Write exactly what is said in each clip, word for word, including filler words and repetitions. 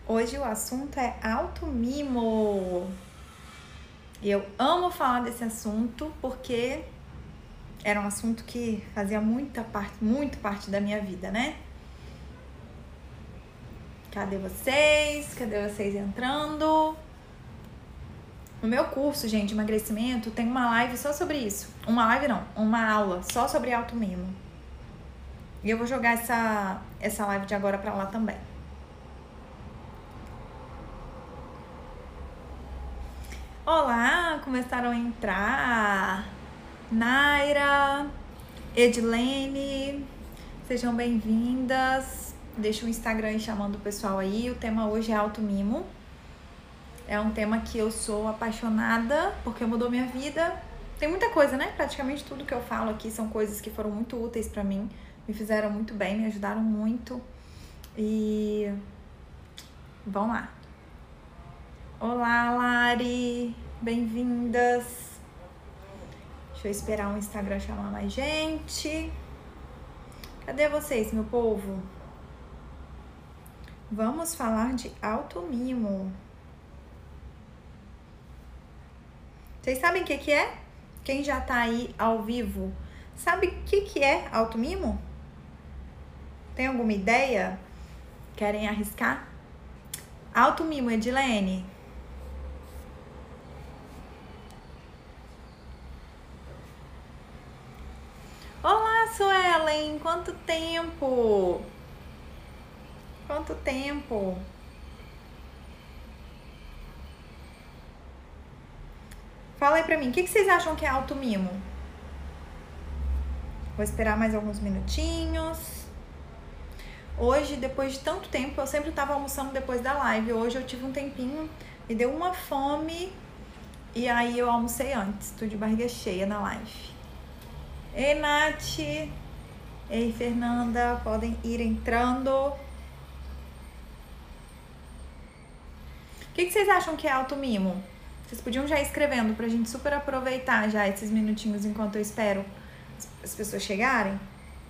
Hoje o assunto é automimo. E eu amo falar desse assunto porque era um assunto que fazia muita parte, muito parte da minha vida, né? Cadê vocês? Cadê vocês entrando? No meu curso, gente, de emagrecimento, tem uma live só sobre isso. Uma live não, uma aula só sobre automimo. E eu vou jogar essa, essa live de agora pra lá também. Olá, começaram a entrar. Naira, Edilene, sejam bem-vindas. Deixa o Instagram aí chamando o pessoal aí. O tema hoje é automimo. É um tema que eu sou apaixonada porque mudou minha vida. Tem muita coisa, né? Praticamente tudo que eu falo aqui são coisas que foram muito úteis pra mim. Me fizeram muito bem, me ajudaram muito. E vamos lá. Olá, Lari, bem-vindas. Deixa eu esperar o Instagram chamar mais gente. Cadê vocês, meu povo? Vamos falar de automimo. Vocês sabem o que que é? Quem já tá aí ao vivo, sabe o que que é automimo? Tem alguma ideia? Querem arriscar? Automimo, Edilene. Olá, Suelen! Quanto tempo? Quanto tempo? Fala aí pra mim, o que, que vocês acham que é automimo? Vou esperar mais alguns minutinhos. Hoje, depois de tanto tempo, eu sempre tava almoçando depois da live. Hoje eu tive um tempinho, me deu uma fome e aí eu almocei antes. Tô de barriga cheia na live. Ei, Nath! Ei, Fernanda! Podem ir entrando. O que, que vocês acham que é automimo? Vocês podiam já ir escrevendo pra gente super aproveitar já esses minutinhos enquanto eu espero as pessoas chegarem.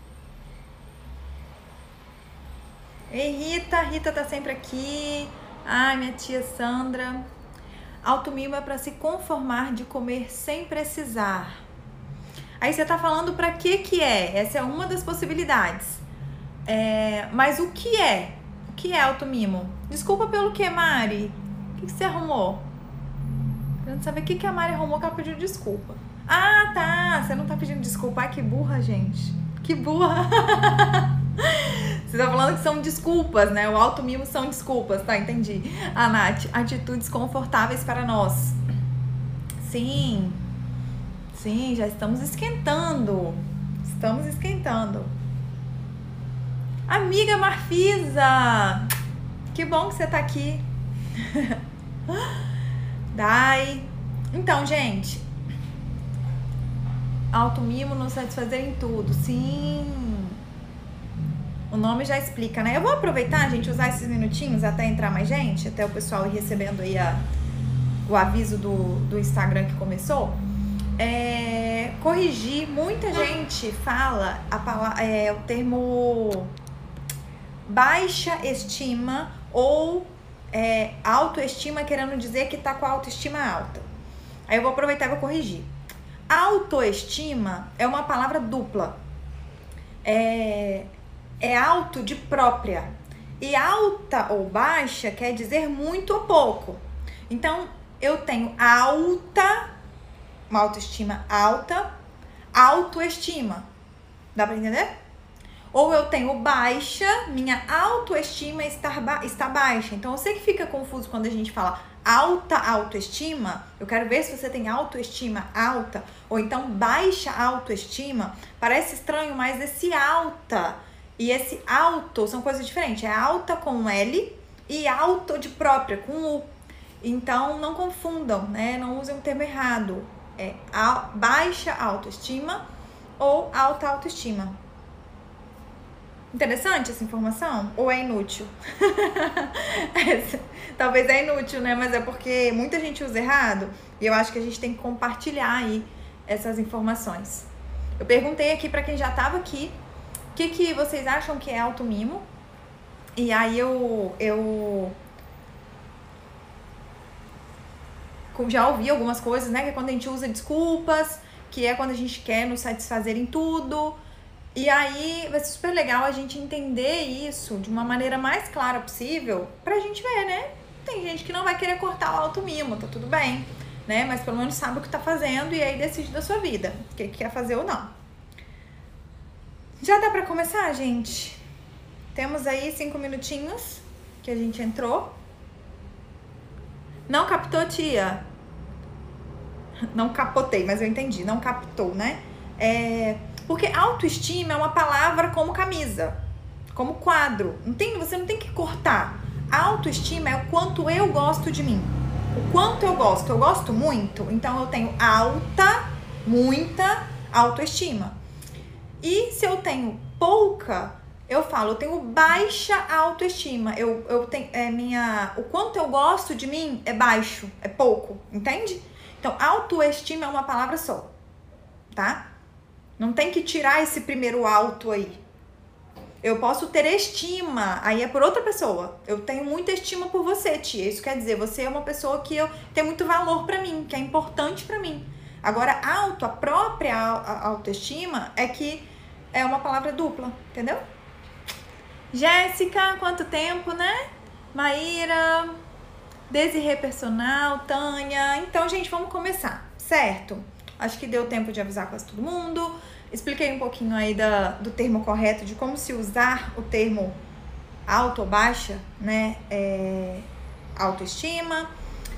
Ei, Rita! Rita tá sempre aqui. Ai, minha tia Sandra. Automimo é pra se conformar de comer sem precisar. Aí você tá falando pra que que é? Essa é uma das possibilidades. É, mas o que é? O que é automimo? Desculpa pelo que, Mari? O que, que você arrumou? Querendo saber o que, que a Mari arrumou que ela pediu desculpa. Ah, tá. Você não tá pedindo desculpa. Ai, que burra, gente. Que burra. Você tá falando que são desculpas, né? O automimo são desculpas, tá? Entendi. Ah, Nath, atitudes confortáveis para nós. Sim. Sim, já estamos esquentando. Estamos esquentando. Amiga Marfisa! Que bom que você tá aqui. Dai. Então, gente. Automimo nos satisfazer em tudo. Sim. O nome já explica, né? Eu vou aproveitar, gente, usar esses minutinhos até entrar mais gente, até o pessoal ir recebendo aí a, o aviso do, do Instagram que começou. É, corrigir, muita gente fala a palavra, é, o termo baixa estima ou é, autoestima, querendo dizer que tá com a autoestima alta. Aí eu vou aproveitar e vou corrigir. Autoestima é uma palavra dupla. É, é alto de própria. E alta ou baixa quer dizer muito ou pouco. Então, eu tenho alta, uma autoestima alta, autoestima. Dá pra entender? Ou eu tenho baixa, minha autoestima está, ba- está baixa. Então, eu sei que fica confuso quando a gente fala alta autoestima. Eu quero ver se você tem autoestima alta ou então baixa autoestima. Parece estranho, mas esse alta e esse alto são coisas diferentes. É alta com L e alto de própria, com U. Então, não confundam, né? Não usem o termo errado. É a baixa autoestima ou alta autoestima. Interessante essa informação? Ou é inútil? Talvez é inútil, né? Mas é porque muita gente usa errado e eu acho que a gente tem que compartilhar aí essas informações. Eu perguntei aqui pra quem já tava aqui o que, que vocês acham que é automimo. E aí eu, eu já ouvi algumas coisas, né? Que é quando a gente usa desculpas, que é quando a gente quer nos satisfazer em tudo. E aí vai ser super legal a gente entender isso de uma maneira mais clara possível pra gente ver, né? Tem gente que não vai querer cortar o automimo, tá tudo bem, né? Mas pelo menos sabe o que tá fazendo e aí decide da sua vida, o que quer fazer ou não. Já dá pra começar, gente? Temos aí cinco minutinhos que a gente entrou. Não captou, tia? Não capotei, mas eu entendi. Não captou, né? É... Porque autoestima é uma palavra como camisa, como quadro. Não tem, você não tem que cortar. Autoestima é o quanto eu gosto de mim. O quanto eu gosto. Eu gosto muito, então eu tenho alta, muita autoestima. E se eu tenho pouca, eu falo, eu tenho baixa autoestima. Eu, eu tenho, é minha, o quanto eu gosto de mim é baixo, é pouco, entende? Então, autoestima é uma palavra só, tá? Não tem que tirar esse primeiro auto aí. Eu posso ter estima, aí é por outra pessoa. Eu tenho muita estima por você, tia. Isso quer dizer, você é uma pessoa que eu, tem muito valor pra mim, que é importante pra mim. Agora, auto, a própria autoestima é que é uma palavra dupla, entendeu? Jéssica, quanto tempo, né? Maíra, Desirê Personal, Tânia. Então, gente, vamos começar, certo? Acho que deu tempo de avisar quase todo mundo. Expliquei um pouquinho aí da, do termo correto, de como se usar o termo alto ou baixa, né? É, autoestima.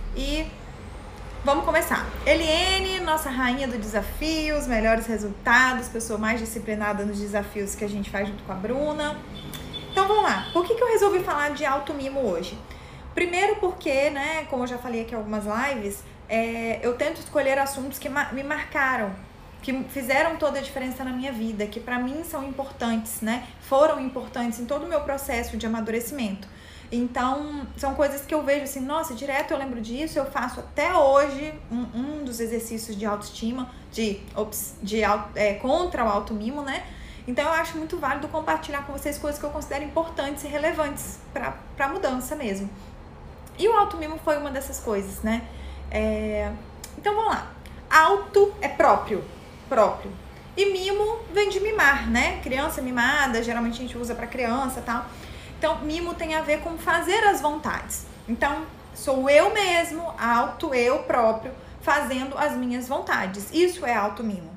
E vamos começar. Eliene, nossa rainha do desafio, os melhores resultados, pessoa mais disciplinada nos desafios que a gente faz junto com a Bruna. Então vamos lá. Por que que eu resolvi falar de automimo hoje? Primeiro porque, né, como eu já falei aqui em algumas lives, é, eu tento escolher assuntos que ma- me marcaram, que fizeram toda a diferença na minha vida, que pra mim são importantes, né? Foram importantes em todo o meu processo de amadurecimento. Então, são coisas que eu vejo assim, nossa, direto eu lembro disso, eu faço até hoje um, um dos exercícios de autoestima, de, ops, de é, contra o automimo, né? Então, eu acho muito válido compartilhar com vocês coisas que eu considero importantes e relevantes pra, pra mudança mesmo. E o automimo foi uma dessas coisas, né? É... Então, vamos lá. Auto é próprio, próprio. E mimo vem de mimar, né? Criança mimada, geralmente a gente usa pra criança e tal. Então, mimo tem a ver com fazer as vontades. Então, sou eu mesmo, auto, eu próprio, fazendo as minhas vontades. Isso é auto-mimo.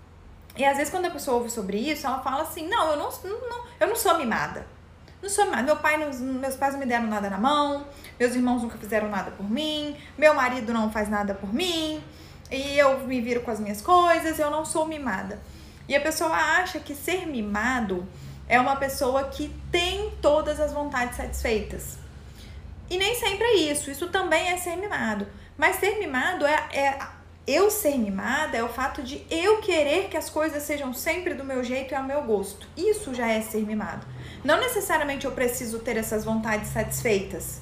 E às vezes, quando a pessoa ouve sobre isso, ela fala assim, não, eu não, não, eu não sou mimada. Não sou mimada. Meu pai, meus pais não me deram nada na mão, meus irmãos nunca fizeram nada por mim, meu marido não faz nada por mim, e eu me viro com as minhas coisas, eu não sou mimada. E a pessoa acha que ser mimado é uma pessoa que tem todas as vontades satisfeitas. E nem sempre é isso. Isso também é ser mimado. Mas ser mimado é, é... Eu ser mimada é o fato de eu querer que as coisas sejam sempre do meu jeito e ao meu gosto. Isso já é ser mimado. Não necessariamente eu preciso ter essas vontades satisfeitas.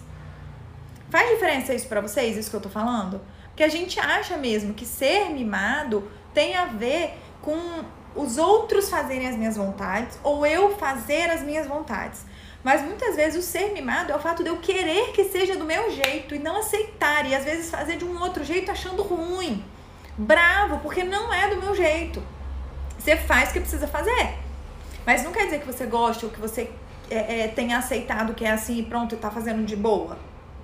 Faz diferença isso pra vocês, isso que eu tô falando? Porque a gente acha mesmo que ser mimado tem a ver com os outros fazerem as minhas vontades ou eu fazer as minhas vontades. Mas muitas vezes o ser mimado é o fato de eu querer que seja do meu jeito e não aceitar. E às vezes fazer de um outro jeito achando ruim. Bravo, porque não é do meu jeito. Você faz o que precisa fazer. Mas não quer dizer que você goste ou que você é, é, tenha aceitado que é assim e pronto, e tá fazendo de boa.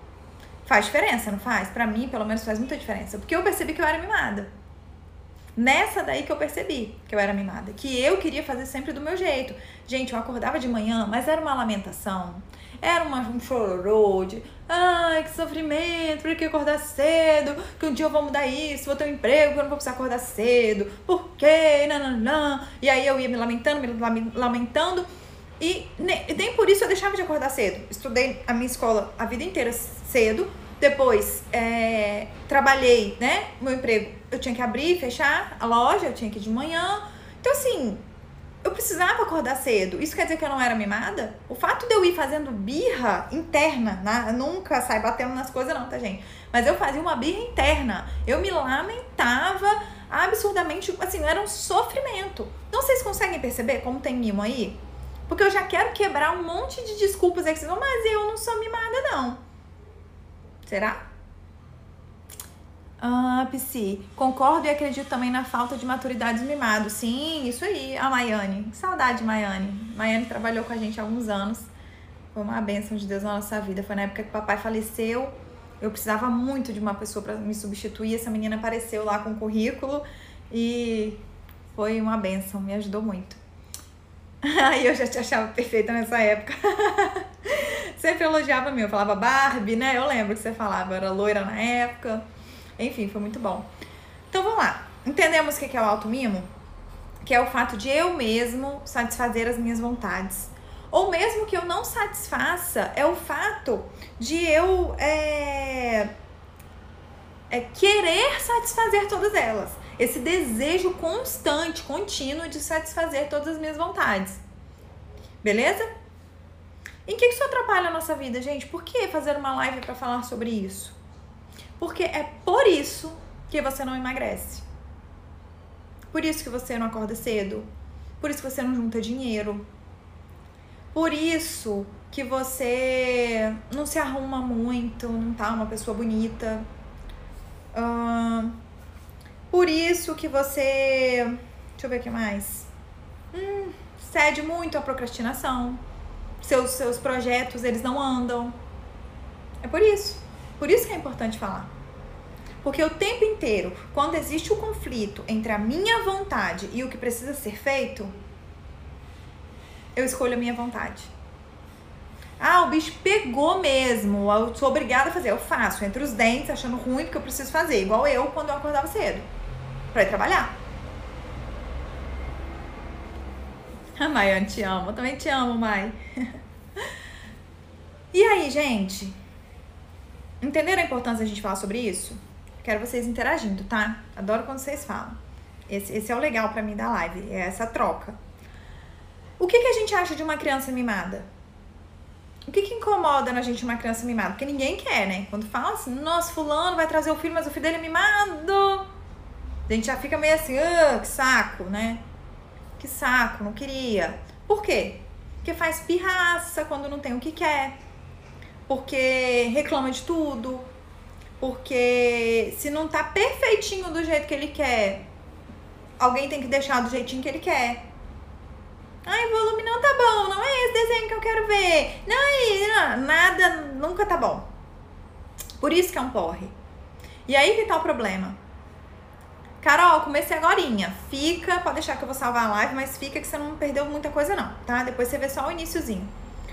Faz diferença, não faz? Pra mim, pelo menos, faz muita diferença. Porque eu percebi que eu era mimada. Nessa daí que eu percebi que eu era mimada, que eu queria fazer sempre do meu jeito. Gente, eu acordava de manhã, mas era uma lamentação, era uma, um chororô de ai, que sofrimento, por que acordar cedo, que um dia eu vou mudar isso, vou ter um emprego, que eu não vou precisar acordar cedo, por quê, nananã. E aí eu ia me lamentando, me lamentando, e nem, nem por isso eu deixava de acordar cedo. Estudei a minha escola a vida inteira cedo. Depois, é, trabalhei, né, meu emprego, eu tinha que abrir e fechar a loja, eu tinha que ir de manhã. Então, assim, eu precisava acordar cedo. Isso quer dizer que eu não era mimada? O fato de eu ir fazendo birra interna, né, nunca sai batendo nas coisas não, tá, gente? Mas eu fazia uma birra interna. Eu me lamentava absurdamente, assim, era um sofrimento. Não sei se conseguem perceber como tem mimo aí? Porque eu já quero quebrar um monte de desculpas aí que vocês vão, mas eu não sou mimada, não. Será? Ah, Psi, concordo e acredito também na falta de maturidade dos mimados. Sim, isso aí. A Maiane, que saudade, Maiane. Maiane trabalhou com a gente há alguns anos. Foi uma bênção de Deus na nossa vida. Foi na época que o papai faleceu. Eu precisava muito de uma pessoa para me substituir. Essa menina apareceu lá com o currículo e foi uma bênção, me ajudou muito. Aí eu já te achava perfeita nessa época. Sempre elogiava mim, eu falava Barbie, né? Eu lembro que você falava, eu era loira na época. Enfim, foi muito bom. Então vamos lá. Entendemos o que é o automimo? Que é o fato de eu mesmo satisfazer as minhas vontades. Ou mesmo que eu não satisfaça, é o fato de eu é, é querer satisfazer todas elas. Esse desejo constante, contínuo de satisfazer todas as minhas vontades. Beleza? Em que isso atrapalha a nossa vida, gente? Por que fazer uma live para falar sobre isso? Porque é por isso que você não emagrece. Por isso que você não acorda cedo. Por isso que você não junta dinheiro. Por isso que você não se arruma muito, não tá uma pessoa bonita. Uh, por isso que você... Deixa eu ver o que mais. Hum, cede muito à procrastinação. Seus, seus projetos, eles não andam. É por isso. Por isso que é importante falar. Porque o tempo inteiro, quando existe o conflito entre a minha vontade e o que precisa ser feito, eu escolho a minha vontade. Ah, o bicho pegou mesmo, eu sou obrigada a fazer. Eu faço, entre os dentes, achando ruim porque eu preciso fazer. Igual eu, quando eu acordava cedo, pra ir trabalhar. A Maiane, te amo. Eu também te amo, Mai. E aí, gente? Entenderam a importância de a gente falar sobre isso? Quero vocês interagindo, tá? Adoro quando vocês falam. Esse, esse é o legal pra mim da live, é essa troca. O que, que a gente acha de uma criança mimada? O que, que incomoda na gente uma criança mimada? Porque ninguém quer, né? Quando fala assim, nossa, fulano vai trazer o filho, mas o filho dele é mimado. A gente já fica meio assim, ah, que saco, né? Que saco, não queria. Por quê? Porque faz pirraça quando não tem o que quer. Porque reclama de tudo. Porque se não tá perfeitinho do jeito que ele quer, alguém tem que deixar do jeitinho que ele quer. Ai, o volume não tá bom, não é esse desenho que eu quero ver. Não é isso, nada, nunca tá bom. Por isso que é um porre. E aí que tá o problema. Carol, comecei agorinha. Fica, pode deixar que eu vou salvar a live, mas fica que você não perdeu muita coisa não, tá? Depois você vê só o iniciozinho.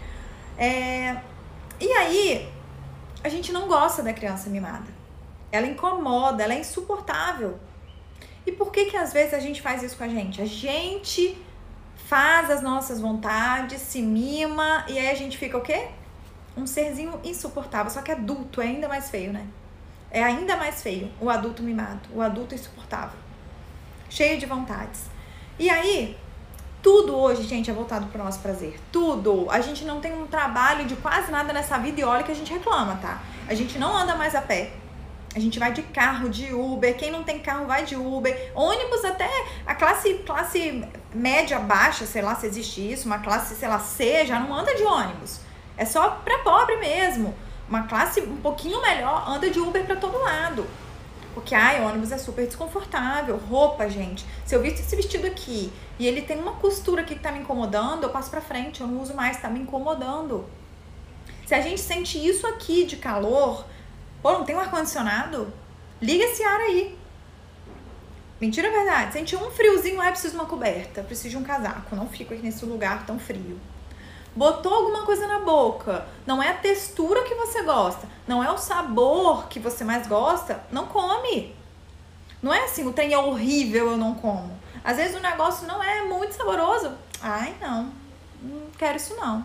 É... E aí, a gente não gosta da criança mimada. Ela incomoda, ela é insuportável. E por que que às vezes a gente faz isso com a gente? A gente faz as nossas vontades, se mima, e aí a gente fica o quê? Um serzinho insuportável, só que adulto é ainda mais feio, né? É ainda mais feio o adulto mimado, o adulto insuportável, cheio de vontades. E aí, tudo hoje, gente, é voltado pro nosso prazer. Tudo. A gente não tem um trabalho de quase nada nessa vida e olha que a gente reclama, tá? A gente não anda mais a pé. A gente vai de carro, de Uber. Quem não tem carro vai de Uber. Ônibus até a classe, classe média, baixa, sei lá se existe isso. Uma classe, sei lá, C, já não anda de ônibus. É só pra pobre mesmo. Uma classe um pouquinho melhor anda de Uber pra todo lado. Porque, ai, ônibus é super desconfortável. Roupa, gente. Se eu visto esse vestido aqui e ele tem uma costura aqui que tá me incomodando, eu passo pra frente. Eu não uso mais, tá me incomodando. Se a gente sente isso aqui de calor... Pô, não tem um ar-condicionado? Liga esse ar aí. Mentira, é verdade. Sente um friozinho, ai, preciso de uma coberta. Preciso de um casaco. Não fico aqui nesse lugar tão frio. Botou alguma coisa na boca. Não é a textura que você gosta. Não é o sabor que você mais gosta. Não come. Não é assim, o trem é horrível, eu não como. Às vezes o negócio não é muito saboroso. Ai, não. Não quero isso, não.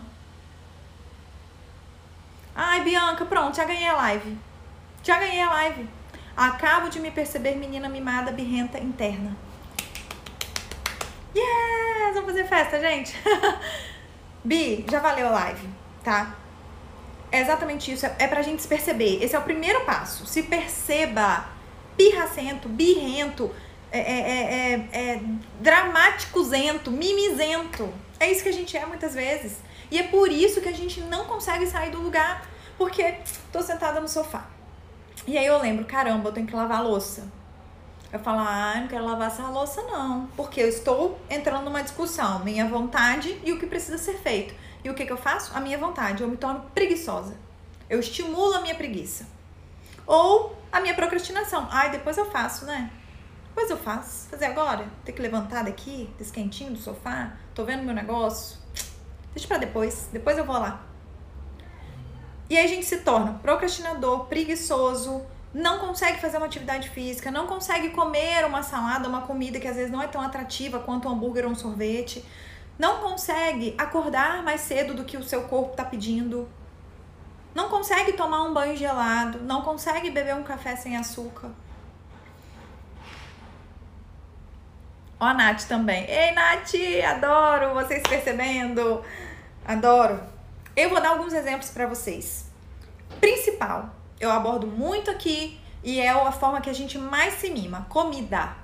Ai, Bianca, pronto, já ganhei a live. Já ganhei a live. Acabo de me perceber menina mimada, birrenta interna. Yes! Vamos fazer festa, gente. Bi, já valeu a live, tá? É exatamente isso. É pra gente se perceber. Esse é o primeiro passo. Se perceba. Pirracento, birrento, é, é, é, é dramáticozento, mimizento. É isso que a gente é muitas vezes. E é por isso que a gente não consegue sair do lugar. Porque tô sentada no sofá. E aí eu lembro, caramba, eu tenho que lavar a louça. Eu falo, ah, não quero lavar essa louça não, porque eu estou entrando numa discussão, minha vontade e o que precisa ser feito. E o que que eu faço? A minha vontade, eu me torno preguiçosa. Eu estimulo a minha preguiça. Ou a minha procrastinação. Ai, depois eu faço, né? Depois eu faço. Fazer agora? Ter que levantar daqui, desse quentinho do sofá, tô vendo meu negócio. Deixa pra depois, depois eu vou lá. E aí a gente se torna procrastinador, preguiçoso, não consegue fazer uma atividade física, não consegue comer uma salada, uma comida que às vezes não é tão atrativa quanto um hambúrguer ou um sorvete, não consegue acordar mais cedo do que o seu corpo está pedindo, não consegue tomar um banho gelado, não consegue beber um café sem açúcar. Ó a Nath também. Ei, Nath, adoro vocês percebendo, adoro. Eu vou dar alguns exemplos para vocês. Principal, eu abordo muito aqui e é a forma que a gente mais se mima, comida.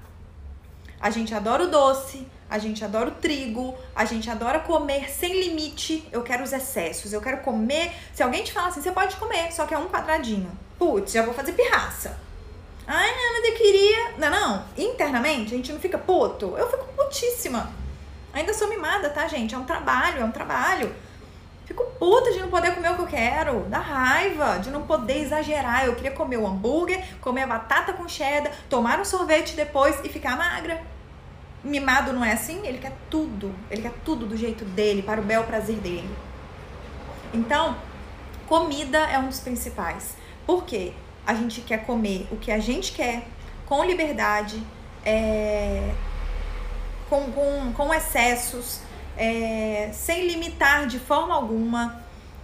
A gente adora o doce, a gente adora o trigo, a gente adora comer sem limite. Eu quero os excessos, eu quero comer. Se alguém te fala assim, você pode comer, só que é um quadradinho. Putz, já vou fazer pirraça. Ai, não, mas eu queria... Não, não, internamente a gente não fica puto. Eu fico putíssima. Ainda sou mimada, tá, gente? É um trabalho, é um trabalho. Fico puta de não poder comer o que eu quero, dá raiva de não poder exagerar. Eu queria comer o hambúrguer, comer a batata com cheddar, tomar um sorvete depois e ficar magra. Mimado não é assim? Ele quer tudo, ele quer tudo do jeito dele, para o bel prazer dele. Então, comida é um dos principais. Por quê? A gente quer comer o que a gente quer, com liberdade, é... com, com, com excessos, É, sem limitar de forma alguma,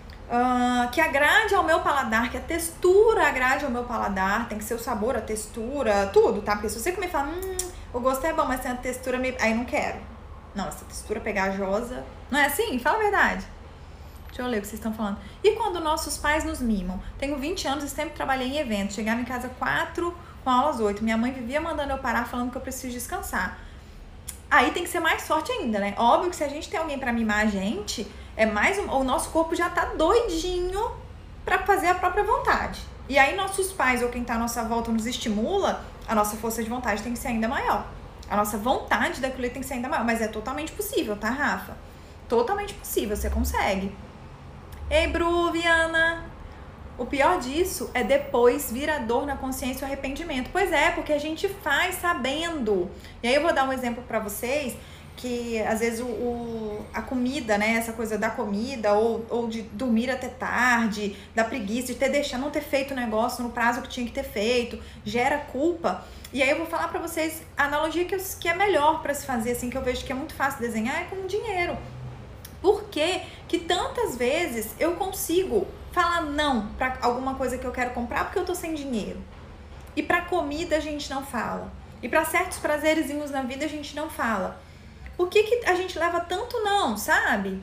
uh, que agrade ao meu paladar, que a textura agrade ao meu paladar, tem que ser o sabor, a textura, tudo, tá? Porque se você comer e falar, hum, o gosto é bom, mas tem a textura, meio... aí não quero. Não, essa textura pegajosa, não é assim? Fala a verdade. Deixa eu ler o que vocês estão falando. E quando nossos pais nos mimam? Tenho vinte anos e sempre trabalhei em eventos, chegava em casa quatro, com aulas oito. Minha mãe vivia mandando eu parar, falando que eu preciso descansar. Aí tem que ser mais forte ainda, né? Óbvio que se a gente tem alguém pra mimar a gente, é mais um, o nosso corpo já tá doidinho pra fazer a própria vontade. E aí nossos pais ou quem tá à nossa volta nos estimula, a nossa força de vontade tem que ser ainda maior. A nossa vontade daquilo tem que ser ainda maior. Mas é totalmente possível, tá, Rafa? Totalmente possível, você consegue. Ei, Bru, Viana... O pior disso é depois vir a dor na consciência e o arrependimento. Pois é, porque a gente faz sabendo. E aí eu vou dar um exemplo pra vocês, que às vezes o, o, a comida, né, essa coisa da comida, ou, ou de dormir até tarde, da preguiça, de ter deixado, não ter feito o negócio no prazo que tinha que ter feito, gera culpa. E aí eu vou falar pra vocês a analogia que, eu, que é melhor pra se fazer, assim, que eu vejo que é muito fácil desenhar, é com dinheiro. Por que que tantas vezes eu consigo falar não pra alguma coisa que eu quero comprar porque eu tô sem dinheiro? E pra comida a gente não fala. E pra certos prazerezinhos na vida a gente não fala. Por que que a gente leva tanto não, sabe?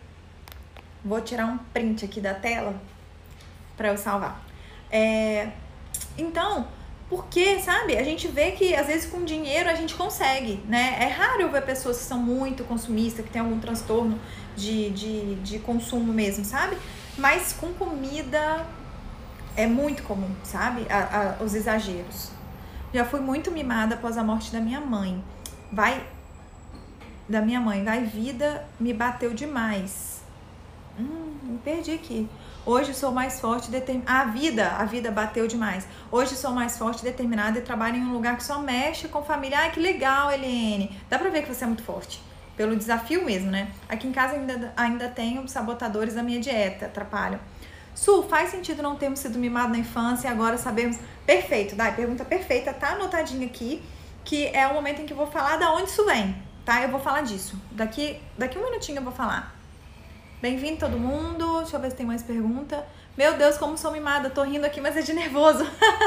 Vou tirar um print aqui da tela pra eu salvar. É... Então... Porque, sabe, a gente vê que às vezes com dinheiro a gente consegue, né? É raro eu ver pessoas que são muito consumistas, que tem algum transtorno de, de, de consumo mesmo, sabe? Mas com comida é muito comum, sabe? A, a, os exageros. Já fui muito mimada após a morte da minha mãe. Vai... Da minha mãe. Vai, vida me bateu demais. Hum, me perdi aqui. Hoje sou mais forte e determinada. A vida, a vida bateu demais. Hoje sou mais forte, determinada e trabalho em um lugar que só mexe com família. Ai, que legal, Eliane. Dá pra ver que você é muito forte. Pelo desafio mesmo, né? Aqui em casa ainda, ainda tenho sabotadores da minha dieta, atrapalham. Su, faz sentido não termos sido mimados na infância e agora sabemos... Perfeito, Dai, pergunta perfeita. Tá anotadinha aqui, que é o momento em que eu vou falar da onde isso vem, tá? Eu vou falar disso. Daqui, daqui um minutinho eu vou falar. Bem-vindo todo mundo. Deixa eu ver se tem mais pergunta. Meu Deus, como sou mimada. Tô rindo aqui, mas é de nervoso.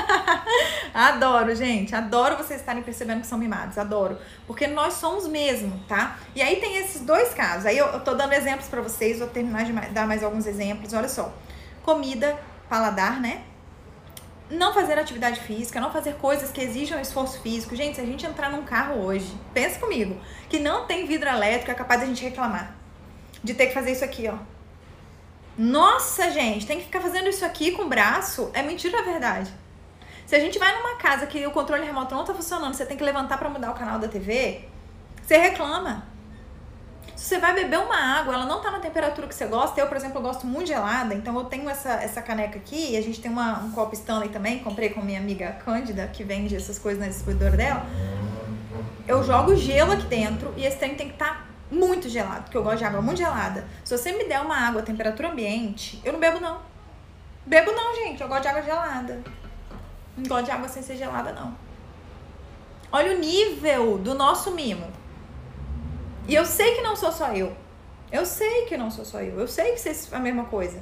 Adoro, gente. Adoro vocês estarem percebendo que são mimados. Adoro. Porque nós somos mesmo, tá? E aí tem esses dois casos. Aí eu, eu tô dando exemplos pra vocês. Vou terminar de dar mais alguns exemplos. Olha só. Comida, paladar, né? Não fazer atividade física, não fazer coisas que exijam esforço físico. Gente, se a gente entrar num carro hoje, pensa comigo, que não tem vidro elétrico, é capaz da gente reclamar de ter que fazer isso aqui, ó. Nossa, gente, tem que ficar fazendo isso aqui com o braço? É mentira, é verdade? Se a gente vai numa casa que o controle remoto não tá funcionando, você tem que levantar pra mudar o canal da T V, você reclama. Se você vai beber uma água, ela não tá na temperatura que você gosta. Eu, por exemplo, eu gosto muito gelada, então eu tenho essa, essa caneca aqui, e a gente tem uma, um copo Stanley também, comprei com minha amiga Cândida, que vende essas coisas na distribuidora dela. Eu jogo gelo aqui dentro e esse trem tem que estar tá muito gelado, porque eu gosto de água muito gelada. Se você me der uma água a temperatura ambiente, eu não bebo não. Bebo não, gente, eu gosto de água gelada. Não gosto de água sem ser gelada, não. Olha o nível do nosso mimo. E eu sei que não sou só eu. Eu sei que não sou só eu. Eu sei que vocês a mesma coisa.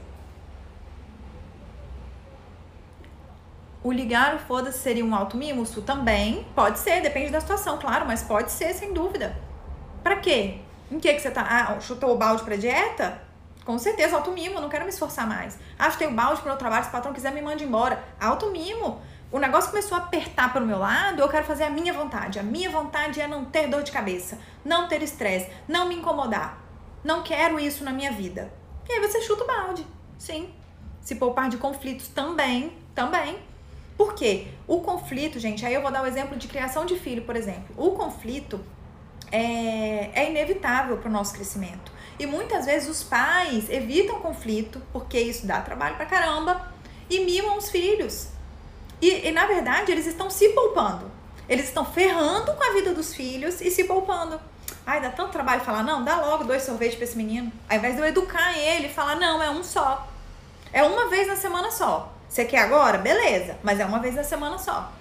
O ligar o foda-se seria um alto mimo? Isso também pode ser, depende da situação, claro, mas pode ser, sem dúvida. Pra quê? Em que que você tá? Ah, chutou o balde pra dieta? Com certeza, alto mimo, não quero me esforçar mais. Ah, chutei o balde pro meu trabalho, se o patrão quiser me manda embora. Alto mimo. O negócio começou a apertar pro meu lado, eu quero fazer a minha vontade. A minha vontade é não ter dor de cabeça, não ter estresse, não me incomodar. Não quero isso na minha vida. E aí você chuta o balde, sim. Se poupar de conflitos também, também. Por quê? O conflito, gente, aí eu vou dar o exemplo de criação de filho, por exemplo. O conflito é, é inevitável pro nosso crescimento. E muitas vezes os pais evitam conflito, porque isso dá trabalho pra caramba, e mimam os filhos. E, e, na verdade, eles estão se poupando. Eles estão ferrando com a vida dos filhos e se poupando. Ai, dá tanto trabalho falar, não, dá logo dois sorvetes pra esse menino. Ao invés de eu educar ele e falar, não, é um só. É uma vez na semana só. Você quer agora? Beleza, mas é uma vez na semana só.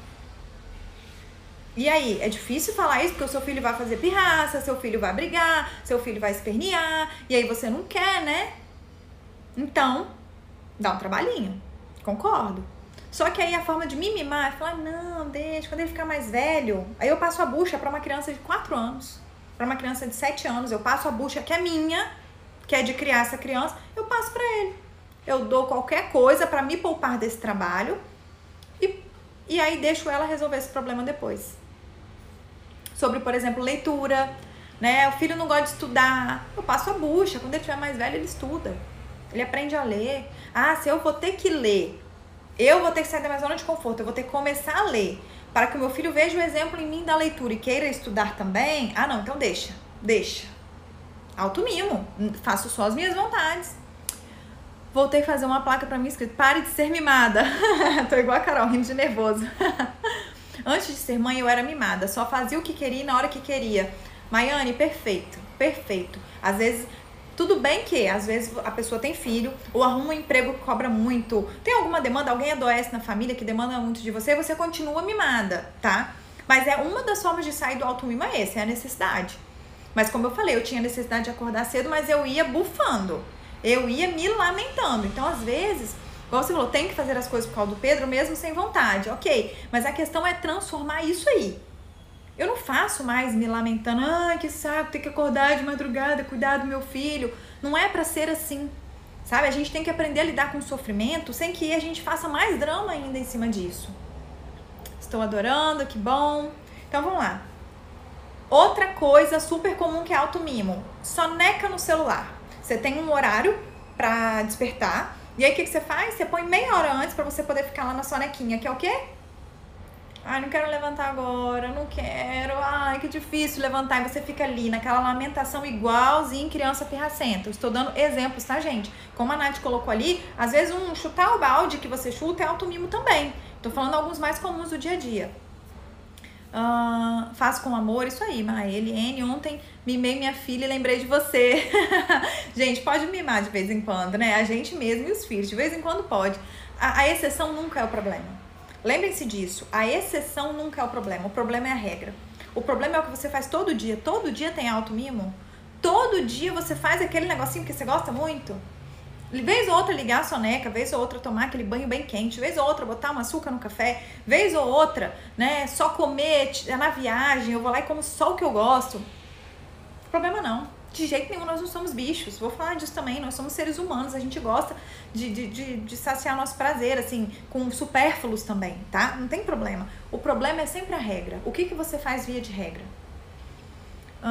E aí, é difícil falar isso porque o seu filho vai fazer pirraça, seu filho vai brigar, seu filho vai espernear, e aí você não quer, né? Então, dá um trabalhinho. Concordo. Só que aí a forma de me mimar é falar, não, deixa, quando ele ficar mais velho, aí eu passo a bucha pra uma criança de quatro anos, pra uma criança de sete anos, eu passo a bucha que é minha, que é de criar essa criança, eu passo pra ele. Eu dou qualquer coisa pra me poupar desse trabalho e, e aí deixo ela resolver esse problema depois. Sobre, por exemplo, leitura, né? O filho não gosta de estudar, eu passo a bucha, quando ele estiver mais velho ele estuda, ele aprende a ler. Ah, se eu vou ter que ler, eu vou ter que sair da minha zona de conforto, eu vou ter que começar a ler, para que o meu filho veja o exemplo em mim da leitura e queira estudar também. Ah, não, então deixa, deixa. Alto mimo, faço só as minhas vontades. Voltei a fazer uma placa pra mim escrito, pare de ser mimada. Tô igual a Carol, rindo de nervoso. Antes de ser mãe, eu era mimada, só fazia o que queria e na hora que queria. Maiane, perfeito, perfeito. Às vezes... Tudo bem que, às vezes, a pessoa tem filho, ou arruma um emprego que cobra muito, tem alguma demanda, alguém adoece na família que demanda muito de você, você continua mimada, tá? Mas é uma das formas de sair do alto mimo é esse, é a necessidade. Mas como eu falei, eu tinha necessidade de acordar cedo, mas eu ia bufando, eu ia me lamentando. Então, às vezes, igual você falou, tem que fazer as coisas por causa do Pedro, mesmo sem vontade, ok. Mas a questão é transformar isso aí. Eu não faço mais me lamentando, ai, que saco, ter que acordar de madrugada, cuidar do meu filho. Não é pra ser assim, sabe? A gente tem que aprender a lidar com o sofrimento sem que a gente faça mais drama ainda em cima disso. Estou adorando, que bom. Então, vamos lá. Outra coisa super comum que é alto mimo, soneca no celular. Você tem um horário pra despertar, e aí o que, que você faz? Você põe meia hora antes pra você poder ficar lá na sonequinha, que é o quê? Ai, não quero levantar agora, não quero, ai, que difícil levantar. E você fica ali naquela lamentação igualzinho criança pirracenta. Eu estou dando exemplos, tá, gente? Como a Nath colocou ali, às vezes um chutar o balde que você chuta é alto mimo também. Tô falando alguns mais comuns do dia a dia. Uh, faço com amor, isso aí, Maeliene. Ontem mimei minha filha e lembrei de você. Gente, pode mimar de vez em quando, né? A gente mesmo e os filhos, de vez em quando pode. A, a exceção nunca é o problema. Lembrem-se disso, a exceção nunca é o problema, o problema é a regra. O problema é o que você faz todo dia. Todo dia tem alto mimo? Todo dia você faz aquele negocinho que você gosta muito? Vez ou outra ligar a soneca, vez ou outra tomar aquele banho bem quente, vez ou outra botar um açúcar no café, vez ou outra, né, só comer na viagem, eu vou lá e como só o que eu gosto. Problema não. De jeito nenhum, nós não somos bichos. Vou falar disso também, nós somos seres humanos, a gente gosta de, de, de, de saciar nosso prazer, assim, com supérfluos também, tá? Não tem problema. O problema é sempre a regra. O que, que você faz via de regra?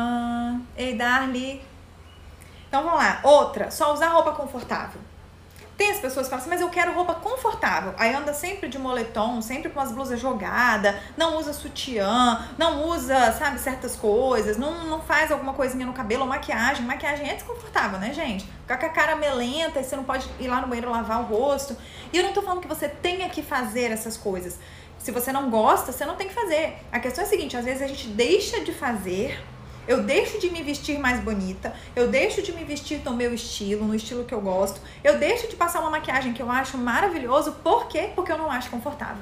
Ah, ei, Darly. Então, vamos lá. Outra, só usar roupa confortável. Tem as pessoas que falam assim, mas eu quero roupa confortável. Aí anda sempre de moletom, sempre com as blusas jogadas, não usa sutiã, não usa, sabe, certas coisas, não, não faz alguma coisinha no cabelo ou maquiagem. Maquiagem é desconfortável, né, gente? Ficar com a cara melenta e você não pode ir lá no banheiro lavar o rosto. E eu não tô falando que você tenha que fazer essas coisas. Se você não gosta, você não tem que fazer. A questão é a seguinte, às vezes a gente deixa de fazer... Eu deixo de me vestir mais bonita, eu deixo de me vestir no meu estilo, no estilo que eu gosto, eu deixo de passar uma maquiagem que eu acho maravilhoso, por quê? Porque eu não acho confortável.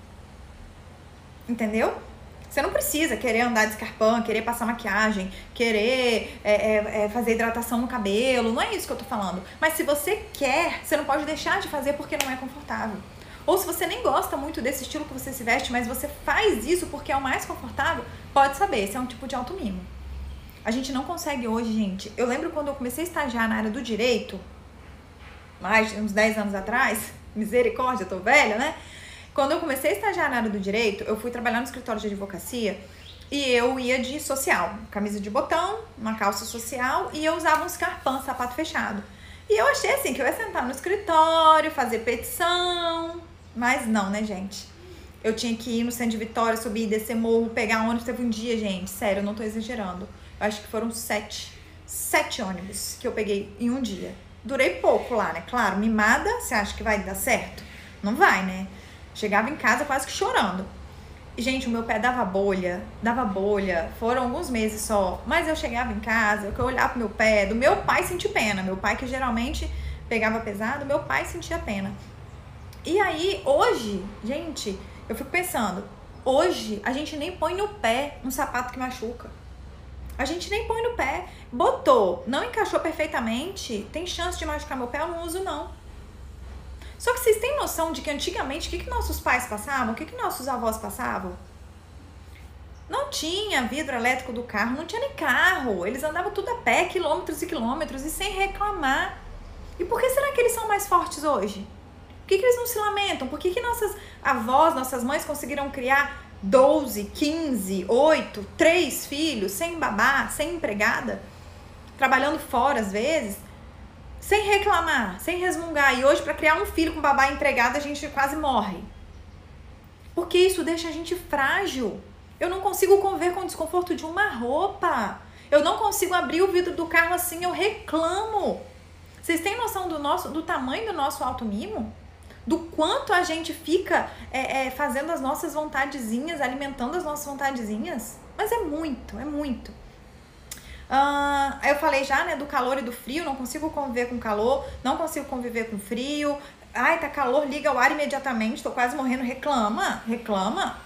Entendeu? Você não precisa querer andar de escarpão, querer passar maquiagem, querer é, é, é, fazer hidratação no cabelo, não é isso que eu tô falando. Mas se você quer, você não pode deixar de fazer porque não é confortável. Ou se você nem gosta muito desse estilo que você se veste, mas você faz isso porque é o mais confortável, pode saber, esse é um tipo de auto-mimo. A gente não consegue hoje, gente. Eu lembro quando eu comecei a estagiar na área do direito, mais de uns dez anos atrás, misericórdia, eu tô velha, né? Quando eu comecei a estagiar na área do direito, eu fui trabalhar no escritório de advocacia e eu ia de social, camisa de botão, uma calça social e eu usava um escarpão, sapato fechado. E eu achei assim, que eu ia sentar no escritório, fazer petição, mas não, né, gente? Eu tinha que ir no centro de Vitória, subir e descer morro, pegar ônibus. Teve um dia, gente, sério, eu não tô exagerando. Eu acho que foram sete, sete ônibus que eu peguei em um dia. Durei pouco lá, né? Claro, mimada, você acha que vai dar certo? Não vai, né? Chegava em casa quase que chorando. E, gente, o meu pé dava bolha, dava bolha. Foram alguns meses só. Mas eu chegava em casa, eu olhava pro meu pé, do meu pai senti pena. Meu pai, que geralmente pegava pesado, meu pai sentia pena. E aí, hoje, gente, eu fico pensando, hoje a gente nem põe no pé um sapato que machuca. A gente nem põe no pé. Botou, não encaixou perfeitamente, tem chance de machucar meu pé, eu não uso não. Só que vocês têm noção de que antigamente, o que, que nossos pais passavam? O que, que nossos avós passavam? Não tinha vidro elétrico do carro, não tinha nem carro. Eles andavam tudo a pé, quilômetros e quilômetros, e sem reclamar. E por que será que eles são mais fortes hoje? Por que, que eles não se lamentam? Por que, que nossas avós, nossas mães conseguiram criar doze, quinze, oito, três filhos, sem babá, sem empregada, trabalhando fora às vezes, sem reclamar, sem resmungar. E hoje, para criar um filho com babá empregada, a gente quase morre. Porque isso deixa a gente frágil. Eu não consigo conviver com o desconforto de uma roupa. Eu não consigo abrir o vidro do carro assim, eu reclamo. Vocês têm noção do, nosso, do tamanho do nosso auto-mimo? Do quanto a gente fica é, é, fazendo as nossas vontadezinhas, alimentando as nossas vontadezinhas? Mas é muito, é muito. Uh, eu falei já, né, do calor e do frio, não consigo conviver com calor, não consigo conviver com frio. Ai, tá calor, liga o ar imediatamente, tô quase morrendo, reclama, reclama.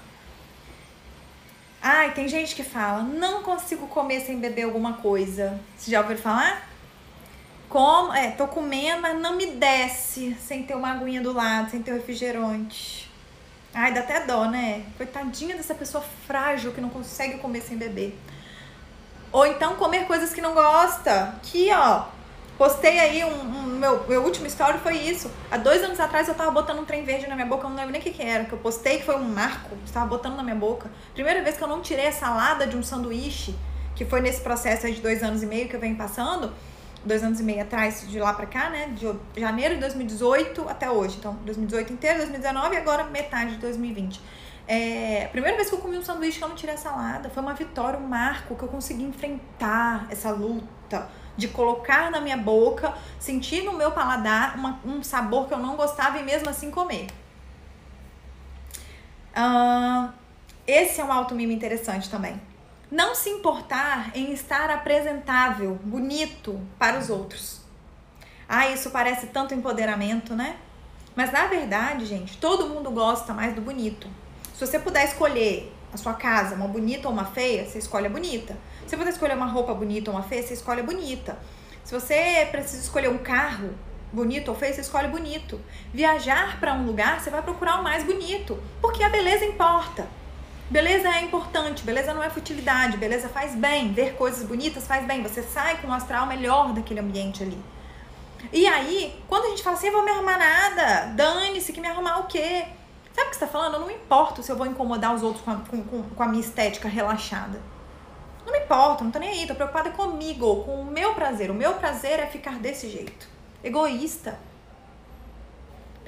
Ai, tem gente que fala, não consigo comer sem beber alguma coisa. Vocês já ouviram falar? Como, é, tô comendo, mas não me desce sem ter uma aguinha do lado, sem ter um refrigerante. Ai, dá até dó, né? Coitadinha dessa pessoa frágil que não consegue comer sem beber. Ou então comer coisas que não gosta. Aqui, ó, postei aí um, um meu, meu último story foi isso. Há dois anos atrás eu tava botando um trem verde na minha boca, eu não lembro nem o que que era, que eu postei, que foi um marco, estava botando na minha boca. Primeira vez que eu não tirei a salada de um sanduíche, que foi nesse processo aí de dois anos e meio que eu venho passando, dois anos e meio atrás, de lá pra cá, né, de janeiro de dois mil e dezoito até hoje. Então, dois mil e dezoito inteiro, dois mil e dezenove e agora metade de dois mil e vinte. É, a primeira vez que eu comi um sanduíche que eu não tirei a salada, foi uma vitória, um marco, que eu consegui enfrentar essa luta de colocar na minha boca, sentir no meu paladar uma, um sabor que eu não gostava e mesmo assim comer. Uh, esse é um auto-mimo interessante também. Não se importar em estar apresentável, bonito para os outros. Ah, isso parece tanto empoderamento, né? Mas na verdade, gente, todo mundo gosta mais do bonito. Se você puder escolher a sua casa, uma bonita ou uma feia, você escolhe a bonita. Se você puder escolher uma roupa bonita ou uma feia, você escolhe a bonita. Se você precisa escolher um carro bonito ou feio, você escolhe bonito. Viajar para um lugar, você vai procurar o mais bonito, porque a beleza importa. Beleza é importante, beleza não é futilidade, beleza faz bem, ver coisas bonitas faz bem, você sai com o astral melhor daquele ambiente ali. E aí, quando a gente fala assim, eu vou me arrumar nada, dane-se que me arrumar o quê? Sabe o que você tá falando? Eu não me importo se eu vou incomodar os outros com a, com, com, com a minha estética relaxada. Não me importo, não tô nem aí, tô preocupada comigo, com o meu prazer. O meu prazer é ficar desse jeito. Egoísta.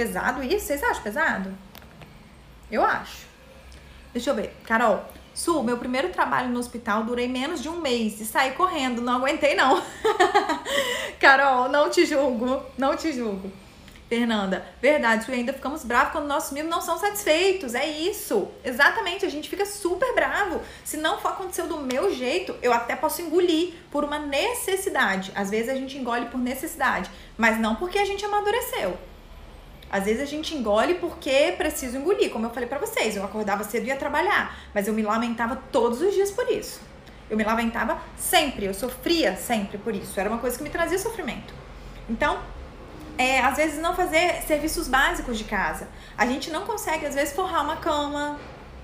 pesado isso? Vocês acham pesado? Eu acho. Deixa eu ver. Carol, Su, meu primeiro trabalho no hospital, durei menos de um mês e saí correndo, não aguentei não. Carol, não te julgo, não te julgo. Fernanda, verdade, Su, ainda ficamos bravos quando nossos mimos não são satisfeitos, é isso. Exatamente, a gente fica super bravo. Se não for acontecer do meu jeito, eu até posso engolir por uma necessidade. Às vezes a gente engole por necessidade, mas não porque a gente amadureceu. Às vezes a gente engole porque preciso engolir, como eu falei pra vocês. Eu acordava cedo e ia trabalhar, mas eu me lamentava todos os dias por isso. Eu me lamentava sempre, eu sofria sempre por isso. Era uma coisa que me trazia sofrimento. Então, é, às vezes não fazer serviços básicos de casa. A gente não consegue, às vezes, forrar uma cama.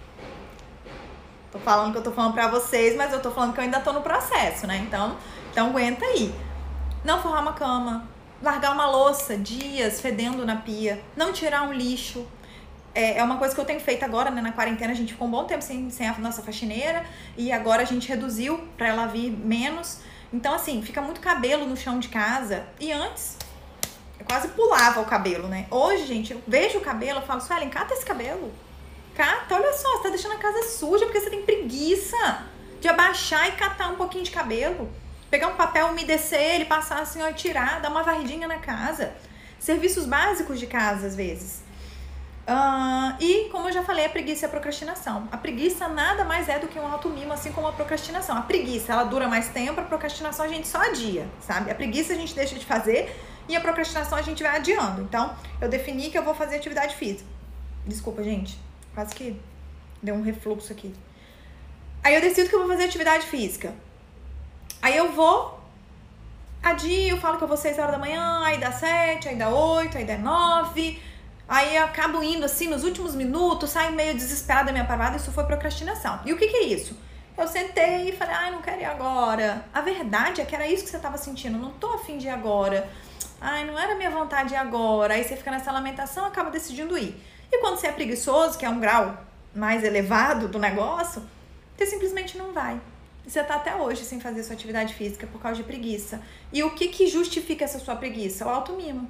Tô falando que eu tô falando pra vocês, mas eu tô falando que eu ainda tô no processo, né? Então, então aguenta aí. Não forrar uma cama. Largar uma louça dias fedendo na pia, não tirar um lixo. É, é uma coisa que eu tenho feito agora, né? Na quarentena a gente ficou um bom tempo sem, sem a nossa faxineira e agora a gente reduziu pra ela vir menos. Então, assim, fica muito cabelo no chão de casa. E antes, eu quase pulava o cabelo, né? Hoje, gente, eu vejo o cabelo, eu falo, Suelen, cata esse cabelo. Cata, olha só, você tá deixando a casa suja porque você tem preguiça de abaixar e catar um pouquinho de cabelo. Pegar um papel, umedecer ele, passar assim, ó, e tirar, dar uma varridinha na casa. Serviços básicos de casa, às vezes. Uh, e, como eu já falei, a preguiça e a procrastinação. A preguiça nada mais é do que um automimo, assim como a procrastinação. A preguiça, ela dura mais tempo, a procrastinação a gente só adia, sabe? A preguiça a gente deixa de fazer e a procrastinação a gente vai adiando. Então, eu defini que eu vou fazer atividade física. Desculpa, gente. Quase que deu um refluxo aqui. Aí eu decido que eu vou fazer atividade física. Aí eu vou, adio, eu falo que eu vou seis horas da manhã, aí dá sete, aí dá oito, aí dá nove, aí eu acabo indo assim nos últimos minutos, saio meio desesperada da minha parada, isso foi procrastinação. E o que que é isso? Eu sentei e falei, ai, não quero ir agora. A verdade é que era isso que você tava sentindo, não tô afim de ir agora. Ai, não era minha vontade de ir agora. Aí você fica nessa lamentação e acaba decidindo ir. E quando você é preguiçoso, que é um grau mais elevado do negócio, você simplesmente não vai. Você tá até hoje sem fazer sua atividade física por causa de preguiça. E o que que justifica essa sua preguiça? O automimo.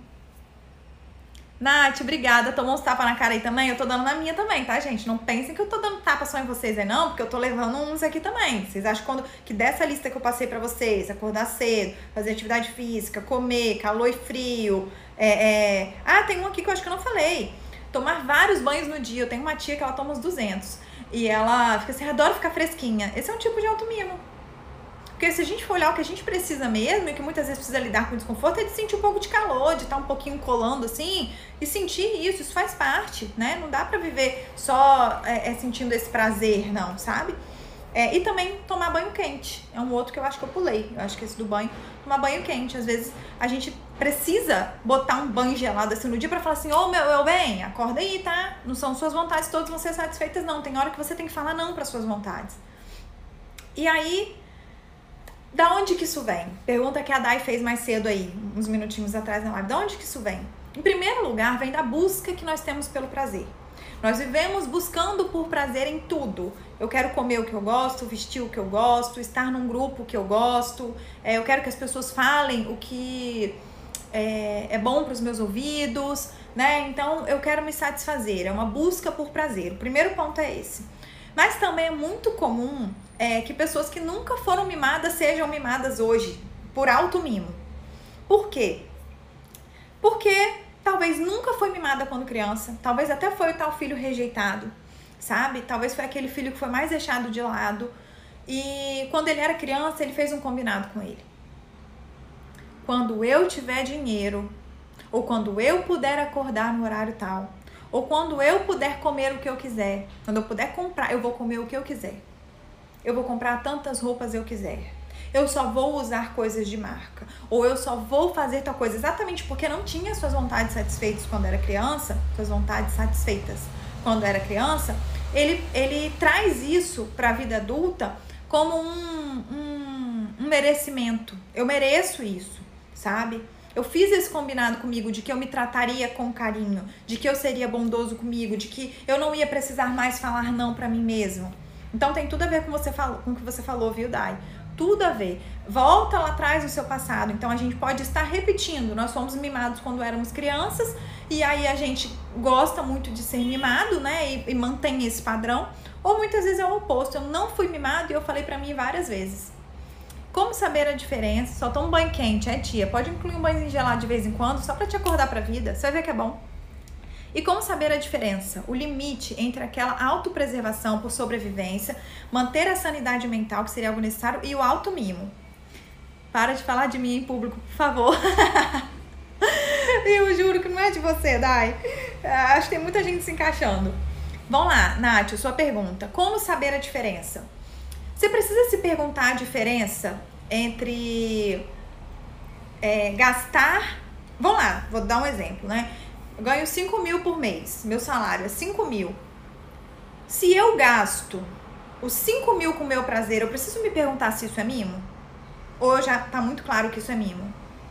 Nath, obrigada. Tomou uns tapas na cara aí também? Eu tô dando na minha também, tá, gente? Não pensem que eu tô dando tapa só em vocês aí, não, porque eu tô levando uns aqui também. Vocês acham que, quando, que dessa lista que eu passei pra vocês, acordar cedo, fazer atividade física, comer, calor e frio, é, é... Ah, tem um aqui que eu acho que eu não falei. Tomar vários banhos no dia. Eu tenho uma tia que ela toma uns duzentos. E ela fica assim, adora ficar fresquinha. Esse é um tipo de automimo. Porque se a gente for olhar o que a gente precisa mesmo, e que muitas vezes precisa lidar com desconforto, é de sentir um pouco de calor, de estar um pouquinho colando assim, e sentir isso, isso faz parte, né? Não dá pra viver só é, é, sentindo esse prazer, não, sabe? É, e também tomar banho quente. É um outro que eu acho que eu pulei. Eu acho que esse do banho, tomar banho quente. Às vezes a gente precisa botar um banho gelado assim no dia pra falar assim, ô, meu, meu bem, acorda aí, tá? Não são suas vontades todas vão ser satisfeitas, não. Tem hora que você tem que falar não pras suas vontades. E aí, da onde que isso vem? Pergunta que a Dai fez mais cedo aí, uns minutinhos atrás na live. Da onde que isso vem? Em primeiro lugar, vem da busca que nós temos pelo prazer. Nós vivemos buscando por prazer em tudo. Eu quero comer o que eu gosto, vestir o que eu gosto, estar num grupo que eu gosto. É, eu quero que as pessoas falem o que é, é bom para os meus ouvidos, né? Então, eu quero me satisfazer. É uma busca por prazer. O primeiro ponto é esse. Mas também é muito comum é, que pessoas que nunca foram mimadas sejam mimadas hoje, por alto mimo. Por quê? Porque talvez nunca foi mimada quando criança, talvez até foi o tal filho rejeitado, sabe? Talvez foi aquele filho que foi mais deixado de lado e quando ele era criança ele fez um combinado com ele. Quando eu tiver dinheiro, ou quando eu puder acordar no horário tal, ou quando eu puder comer o que eu quiser, quando eu puder comprar, eu vou comer o que eu quiser. Eu vou comprar tantas roupas eu quiser. Eu só vou usar coisas de marca. Ou eu só vou fazer tal coisa. Exatamente porque não tinha suas vontades satisfeitas quando era criança. Suas vontades satisfeitas quando era criança. Ele, ele traz isso para a vida adulta como um, um, um merecimento. Eu mereço isso, sabe? Eu fiz esse combinado comigo de que eu me trataria com carinho. De que eu seria bondoso comigo. De que eu não ia precisar mais falar não para mim mesmo. Então tem tudo a ver com, você falou, com o que você falou, viu, Dai? tudo a ver. Volta lá atrás no seu passado, então a gente pode estar repetindo. Nós fomos mimados quando éramos crianças e aí a gente gosta muito de ser mimado, né, e, e mantém esse padrão. Ou muitas vezes é o oposto, eu não fui mimado e eu falei pra mim várias vezes. Como saber a diferença? Só toma um banho quente, é tia, pode incluir um banho gelado de vez em quando, só pra te acordar pra vida, você vai ver que é bom. E como saber a diferença? O limite entre aquela autopreservação por sobrevivência, manter a sanidade mental, que seria algo necessário, e o automimo. Para de falar de mim em público, por favor. Eu juro que não é de você, Dai. Acho que tem muita gente se encaixando. Vamos lá, Nath, sua pergunta. Como saber a diferença? Você precisa se perguntar a diferença entre é, gastar... Vamos lá, vou dar um exemplo, né? Eu ganho cinco mil por mês, meu salário é cinco mil. Se eu gasto os cinco mil com o meu prazer, eu preciso me perguntar se isso é mimo? Ou já tá muito claro que isso é mimo?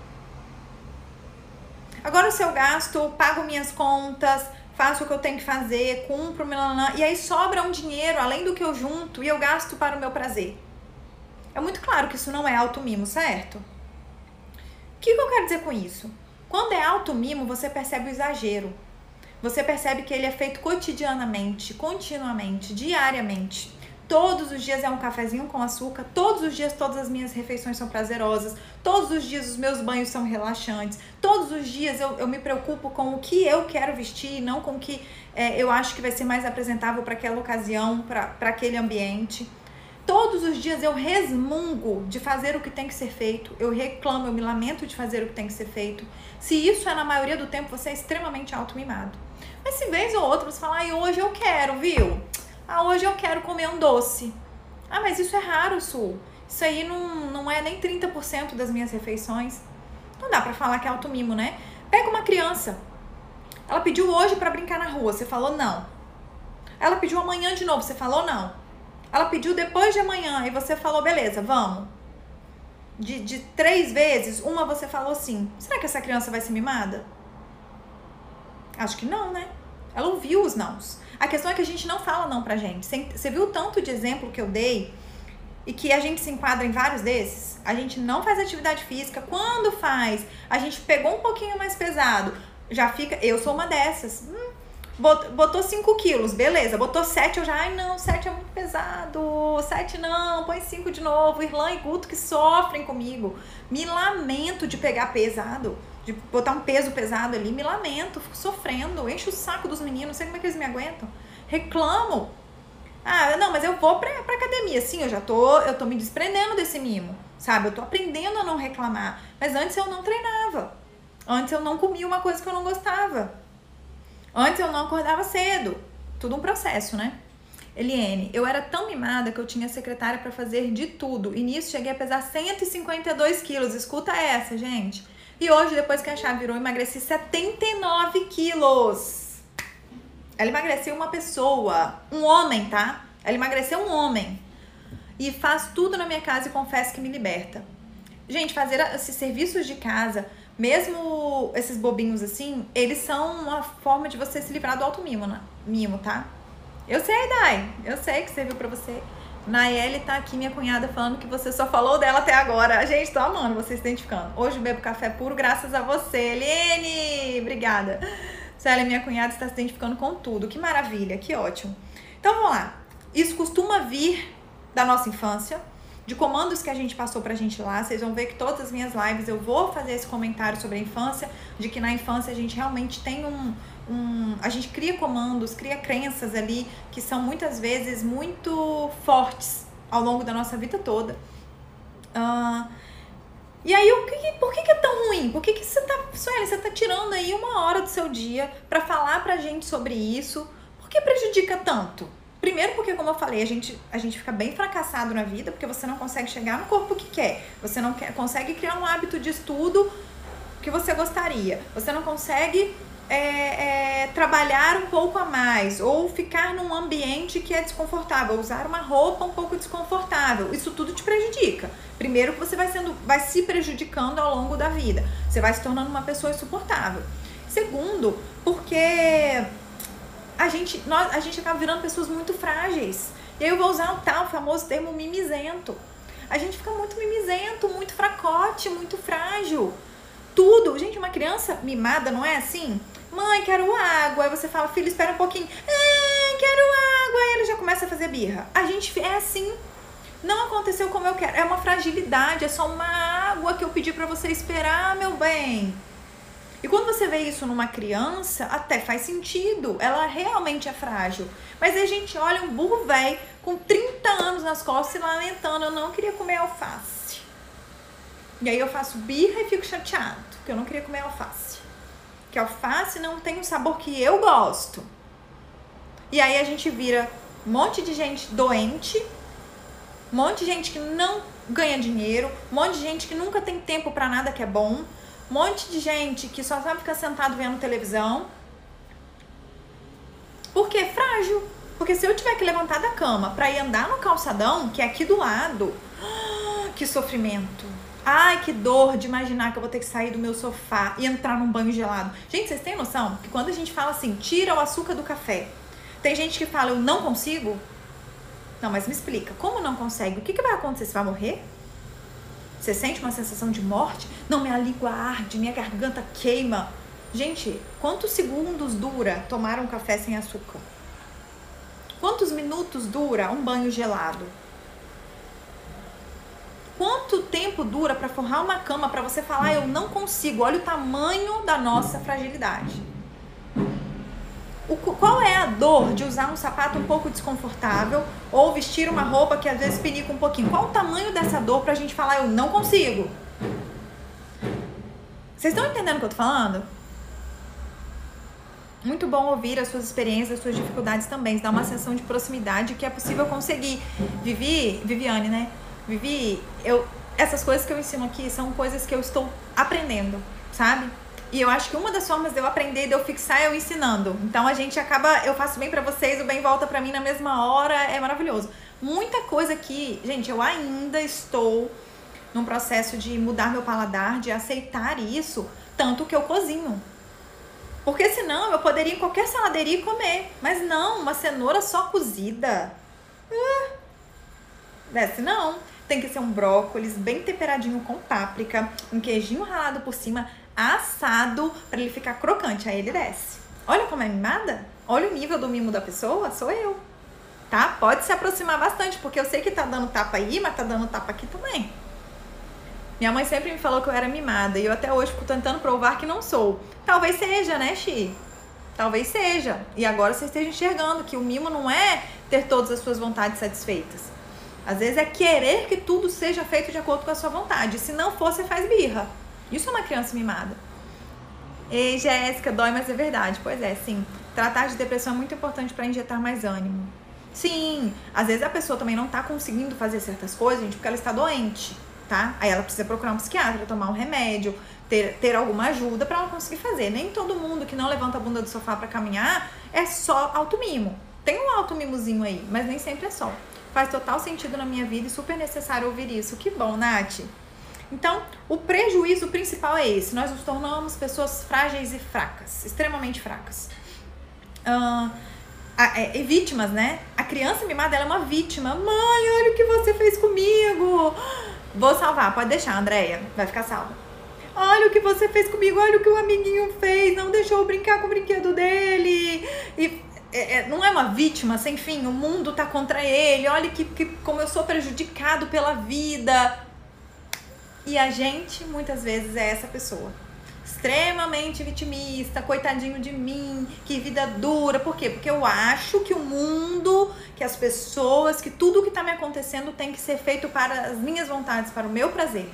Agora, se eu gasto, pago minhas contas, faço o que eu tenho que fazer, cumpro, e aí sobra um dinheiro além do que eu junto e eu gasto para o meu prazer. É muito claro que isso não é automimo, certo? O que eu quero dizer com isso? Quando é automimo, você percebe o exagero. Você percebe que ele é feito cotidianamente, continuamente, diariamente. Todos os dias é um cafezinho com açúcar, todos os dias todas as minhas refeições são prazerosas, todos os dias os meus banhos são relaxantes, todos os dias eu, eu me preocupo com o que eu quero vestir, não com o que é, eu acho que vai ser mais apresentável para aquela ocasião, para aquele ambiente. Todos os dias eu resmungo de fazer o que tem que ser feito, eu reclamo, eu me lamento de fazer o que tem que ser feito. Se isso é na maioria do tempo, você é extremamente automimado. Mas se vez ou outra você fala, ai, hoje eu quero, viu? Ah, hoje eu quero comer um doce. Ah, mas isso é raro, Sul. Isso aí não, não é nem trinta por cento das minhas refeições. Não dá pra falar que é automimo, né? Pega uma criança. Ela pediu hoje pra brincar na rua, você falou não. Ela pediu amanhã de novo, você falou não. Ela pediu depois de amanhã e você falou, beleza, vamos. De, de três vezes, uma você falou sim. Será que essa criança vai ser mimada? Acho que não, né? Ela ouviu os nãos. A questão é que a gente não fala não pra gente. Você viu o tanto de exemplo que eu dei e que a gente se enquadra em vários desses? A gente não faz atividade física. Quando faz, a gente pegou um pouquinho mais pesado. Já fica... Eu sou uma dessas. Hum, botou cinco quilos, beleza. Botou sete, eu já... Ai, não, sete é muito pesado. sete não, põe cinco de novo. Irlã e Guto que sofrem comigo. Me lamento de pegar pesado. De botar um peso pesado ali, me lamento, fico sofrendo, encho o saco dos meninos, não sei como é que eles me aguentam, reclamo. Ah, não, mas eu vou pra, pra academia, sim, eu já tô, eu tô me desprendendo desse mimo, sabe, eu tô aprendendo a não reclamar, mas antes eu não treinava, antes eu não comia uma coisa que eu não gostava, antes eu não acordava cedo, tudo um processo, né? Eliane, eu era tão mimada que eu tinha secretária pra fazer de tudo, e nisso cheguei a pesar cento e cinquenta e dois quilos, escuta essa, gente. E hoje, depois que a chave virou, emagreci setenta e nove quilos. Ela emagreceu uma pessoa, um homem, tá? Ela emagreceu um homem. E faz tudo na minha casa e confesso que me liberta. Gente, fazer esses serviços de casa, mesmo esses bobinhos assim, eles são uma forma de você se livrar do automimo, né? Mimo, tá? Eu sei, Dai. Eu sei que serviu pra você. Nayeli tá aqui, minha cunhada, falando que você só falou dela até agora. Gente, tô amando você se identificando. Hoje bebo café puro graças a você, Eliane. Obrigada. Célia, minha cunhada, está se identificando com tudo. Que maravilha, que ótimo. Então, vamos lá. Isso costuma vir da nossa infância, de comandos que a gente passou pra gente lá. Vocês vão ver que todas as minhas lives eu vou fazer esse comentário sobre a infância, de que na infância a gente realmente tem um... Um, a gente cria comandos, cria crenças ali que são muitas vezes muito fortes ao longo da nossa vida toda. Uh, e aí, o que, por que, que é tão ruim? Por que, que você tá, Sueli, você tá tirando aí uma hora do seu dia pra falar pra gente sobre isso? Por que prejudica tanto? Primeiro porque, como eu falei, a gente, a gente fica bem fracassado na vida porque você não consegue chegar no corpo que quer. Você não quer, consegue criar um hábito de estudo que você gostaria. Você não consegue... É, é, trabalhar um pouco a mais ou ficar num ambiente que é desconfortável, usar uma roupa um pouco desconfortável, isso tudo te prejudica. Primeiro que você vai, sendo, vai se prejudicando ao longo da vida, você vai se tornando uma pessoa insuportável. Segundo, porque a gente, nós, a gente acaba virando pessoas muito frágeis. E aí eu vou usar o tal famoso termo mimizento. A gente fica muito mimizento, muito fracote, muito frágil. Tudo. Gente, uma criança mimada não é assim? Mãe, quero água. Aí você fala, filho, espera um pouquinho. Ah, quero água. Aí ele já começa a fazer birra. A gente é assim. Não aconteceu como eu quero. É uma fragilidade, é só uma água que eu pedi pra você esperar, meu bem. E quando você vê isso numa criança, até faz sentido. Ela realmente é frágil. Mas aí a gente olha um burro velho com trinta anos nas costas se lamentando. Eu não queria comer alface. E aí eu faço birra e fico chateado, porque eu não queria comer alface. Porque alface não tem o sabor que eu gosto. E aí a gente vira um monte de gente doente, um monte de gente que não ganha dinheiro, um monte de gente que nunca tem tempo pra nada que é bom, um monte de gente que só sabe ficar sentado vendo televisão. Por quê? Frágil. Porque se eu tiver que levantar da cama pra ir andar no calçadão, que é aqui do lado, que sofrimento. Ai, que dor de imaginar que eu vou ter que sair do meu sofá e entrar num banho gelado. Gente, vocês têm noção que quando a gente fala assim, tira o açúcar do café, tem gente que fala, eu não consigo? Não, mas me explica, como não consegue? O que, que vai acontecer? Você vai morrer? Você sente uma sensação de morte? Não, minha língua arde, minha garganta queima. Gente, quantos segundos dura tomar um café sem açúcar? Quantos minutos dura um banho gelado? Quanto tempo dura para forrar uma cama para você falar, eu não consigo? Olha o tamanho da nossa fragilidade. O, qual é a dor de usar um sapato um pouco desconfortável ou vestir uma roupa que às vezes pinica um pouquinho? Qual o tamanho dessa dor pra gente falar, eu não consigo? Vocês estão entendendo o que eu tô falando? Muito bom ouvir as suas experiências, as suas dificuldades também. Isso dá uma sensação de proximidade que é possível conseguir. Vivi, Viviane, né? Vivi, eu, essas coisas que eu ensino aqui são coisas que eu estou aprendendo, sabe? E eu acho que uma das formas de eu aprender e de eu fixar é eu ensinando. Então a gente acaba, eu faço bem pra vocês, o bem volta pra mim na mesma hora, é maravilhoso. Muita coisa aqui, gente, eu ainda estou num processo de mudar meu paladar, de aceitar isso, tanto que eu cozinho. Porque senão eu poderia ir em qualquer saladeria e comer. Mas não, uma cenoura só cozida. Uh, desce não. Tem que ser um brócolis bem temperadinho com páprica, um queijinho ralado por cima, assado, pra ele ficar crocante. Aí ele desce. Olha como é mimada. Olha o nível do mimo da pessoa, sou eu. Tá? Pode se aproximar bastante, porque eu sei que tá dando tapa aí, mas tá dando tapa aqui também. Minha mãe sempre me falou que eu era mimada e eu até hoje fico tentando provar que não sou. Talvez seja, né, Xi? Talvez seja. E agora você esteja enxergando que o mimo não é ter todas as suas vontades satisfeitas. Às vezes é querer que tudo seja feito de acordo com a sua vontade. Se não for, você faz birra. Isso é uma criança mimada. Ei, Jéssica, dói, mas é verdade. Pois é, sim. Tratar de depressão é muito importante para injetar mais ânimo. Sim, às vezes a pessoa também não tá conseguindo fazer certas coisas, gente, porque ela está doente. Tá? Aí ela precisa procurar um psiquiatra, tomar um remédio, ter, ter alguma ajuda pra ela conseguir fazer. Nem todo mundo que não levanta a bunda do sofá pra caminhar é só automimo. Tem um automimozinho aí, mas nem sempre é só. Faz total sentido na minha vida e super necessário ouvir isso. Que bom, Nath. Então, o prejuízo principal é esse. Nós nos tornamos pessoas frágeis e fracas, extremamente fracas. Uh, a, é, e vítimas, né? A criança mimada, ela é uma vítima. Mãe, olha o que você fez comigo. Vou salvar, pode deixar, Andréia, vai ficar salva. Olha o que você fez comigo, olha o que o amiguinho fez, não deixou eu brincar com o brinquedo dele. E é, é, não é uma vítima sem fim, o mundo tá contra ele, olha que, que, como eu sou prejudicado pela vida. E a gente, muitas vezes, é essa pessoa. Extremamente vitimista, coitadinho de mim, que vida dura. Por quê? Porque eu acho que o mundo, que as pessoas, que tudo que tá me acontecendo tem que ser feito para as minhas vontades, para o meu prazer.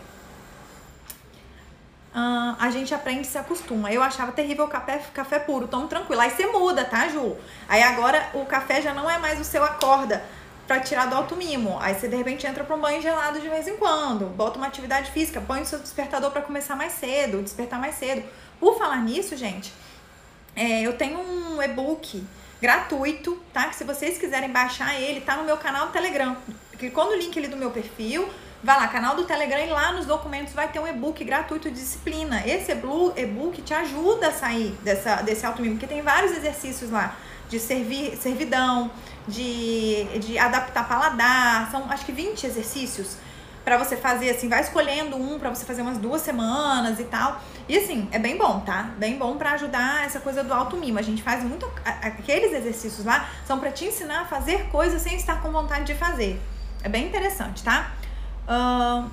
Uh, a gente aprende e se acostuma. Eu achava terrível o café, café puro, tomo tranquilo. Aí você muda, tá, Ju? Aí agora o café já não é mais o seu acorda pra tirar do automimo. Aí você de repente entra pra um banho gelado de vez em quando, bota uma atividade física, põe o seu despertador pra começar mais cedo, despertar mais cedo. Por falar nisso, gente, é, eu tenho um e-book gratuito, tá? Que se vocês quiserem baixar ele, tá no meu canal do Telegram. Clicou no link ali do meu perfil, vai lá, canal do Telegram, e lá nos documentos vai ter um e-book gratuito de disciplina. Esse e-book te ajuda a sair dessa, desse automimo, porque tem vários exercícios lá de servir, servidão, de, de adaptar paladar, são acho que vinte exercícios pra você fazer assim, vai escolhendo um pra você fazer umas duas semanas e tal. E assim, é bem bom, tá? Bem bom pra ajudar essa coisa do auto-mimo. A gente faz muito... Aqueles exercícios lá são pra te ensinar a fazer coisas sem estar com vontade de fazer. É bem interessante, tá? Uh,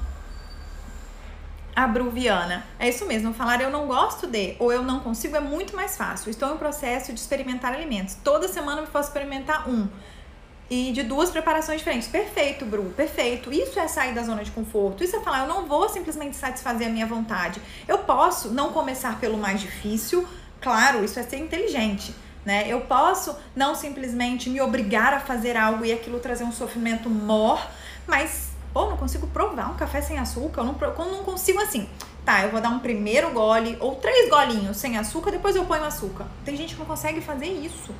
a Bruviana. É isso mesmo, falar eu não gosto de ou eu não consigo é muito mais fácil. Estou em processo de experimentar alimentos. Toda semana eu posso experimentar um. E de duas preparações diferentes. Perfeito, Bru, perfeito. Isso é sair da zona de conforto. Isso é falar, eu não vou simplesmente satisfazer a minha vontade. Eu posso não começar pelo mais difícil. Claro, isso é ser inteligente, né? Eu posso não simplesmente me obrigar a fazer algo e aquilo trazer um sofrimento mor, mas, pô, não consigo provar um café sem açúcar. Eu não, eu não consigo assim. Tá, eu vou dar um primeiro gole ou três golinhos sem açúcar, depois eu ponho açúcar. Tem gente que não consegue fazer isso.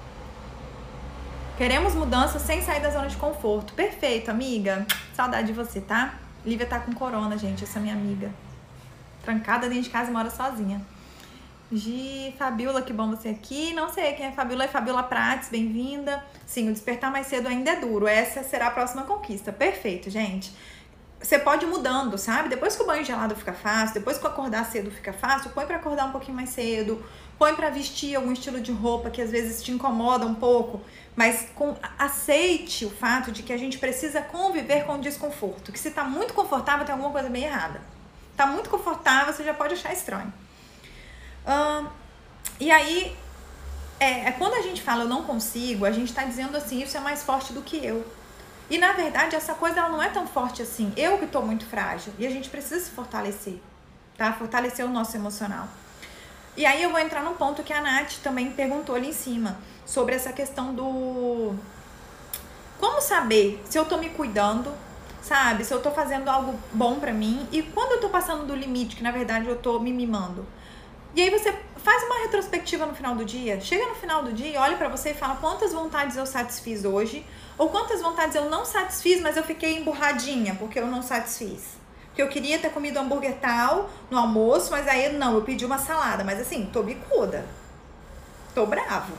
Queremos mudança sem sair da zona de conforto. Perfeito, amiga. Saudade de você, tá? Lívia tá com corona, gente, essa minha amiga. Trancada dentro de casa e mora sozinha. Gi, Fabiola, que bom você aqui. Não sei quem é Fabiola, é Fabiola Prates, bem-vinda. Sim, o despertar mais cedo ainda é duro. Essa será a próxima conquista. Perfeito, gente. Você pode ir mudando, sabe? Depois que o banho gelado fica fácil, depois que acordar cedo fica fácil, põe pra acordar um pouquinho mais cedo, põe pra vestir algum estilo de roupa que às vezes te incomoda um pouco, mas com, aceite o fato de que a gente precisa conviver com o desconforto, que se tá muito confortável tem alguma coisa meio errada. Tá muito confortável, você já pode achar estranho. Hum, e aí, é, é quando a gente fala eu não consigo, a gente tá dizendo assim, isso é mais forte do que eu. E na verdade essa coisa ela não é tão forte assim. Eu que tô muito frágil. E a gente precisa se fortalecer, tá? Fortalecer o nosso emocional. E aí eu vou entrar num ponto que a Nath também perguntou ali em cima. Sobre essa questão do... Como saber se eu tô me cuidando, sabe? Se eu tô fazendo algo bom pra mim. E quando eu tô passando do limite, que na verdade eu tô me mimando. E aí você faz uma retrospectiva no final do dia. Chega no final do dia, olha pra você e fala quantas vontades eu satisfiz hoje. Ou quantas vontades eu não satisfiz, mas eu fiquei emburradinha porque eu não satisfiz. Porque eu queria ter comido hambúrguer tal no almoço, mas aí não, eu pedi uma salada. Mas assim, tô bicuda. Tô brava.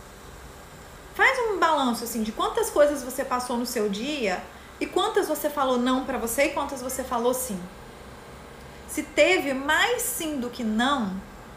Faz um balanço assim de quantas coisas você passou no seu dia e quantas você falou não pra você e quantas você falou sim. Se teve mais sim do que não,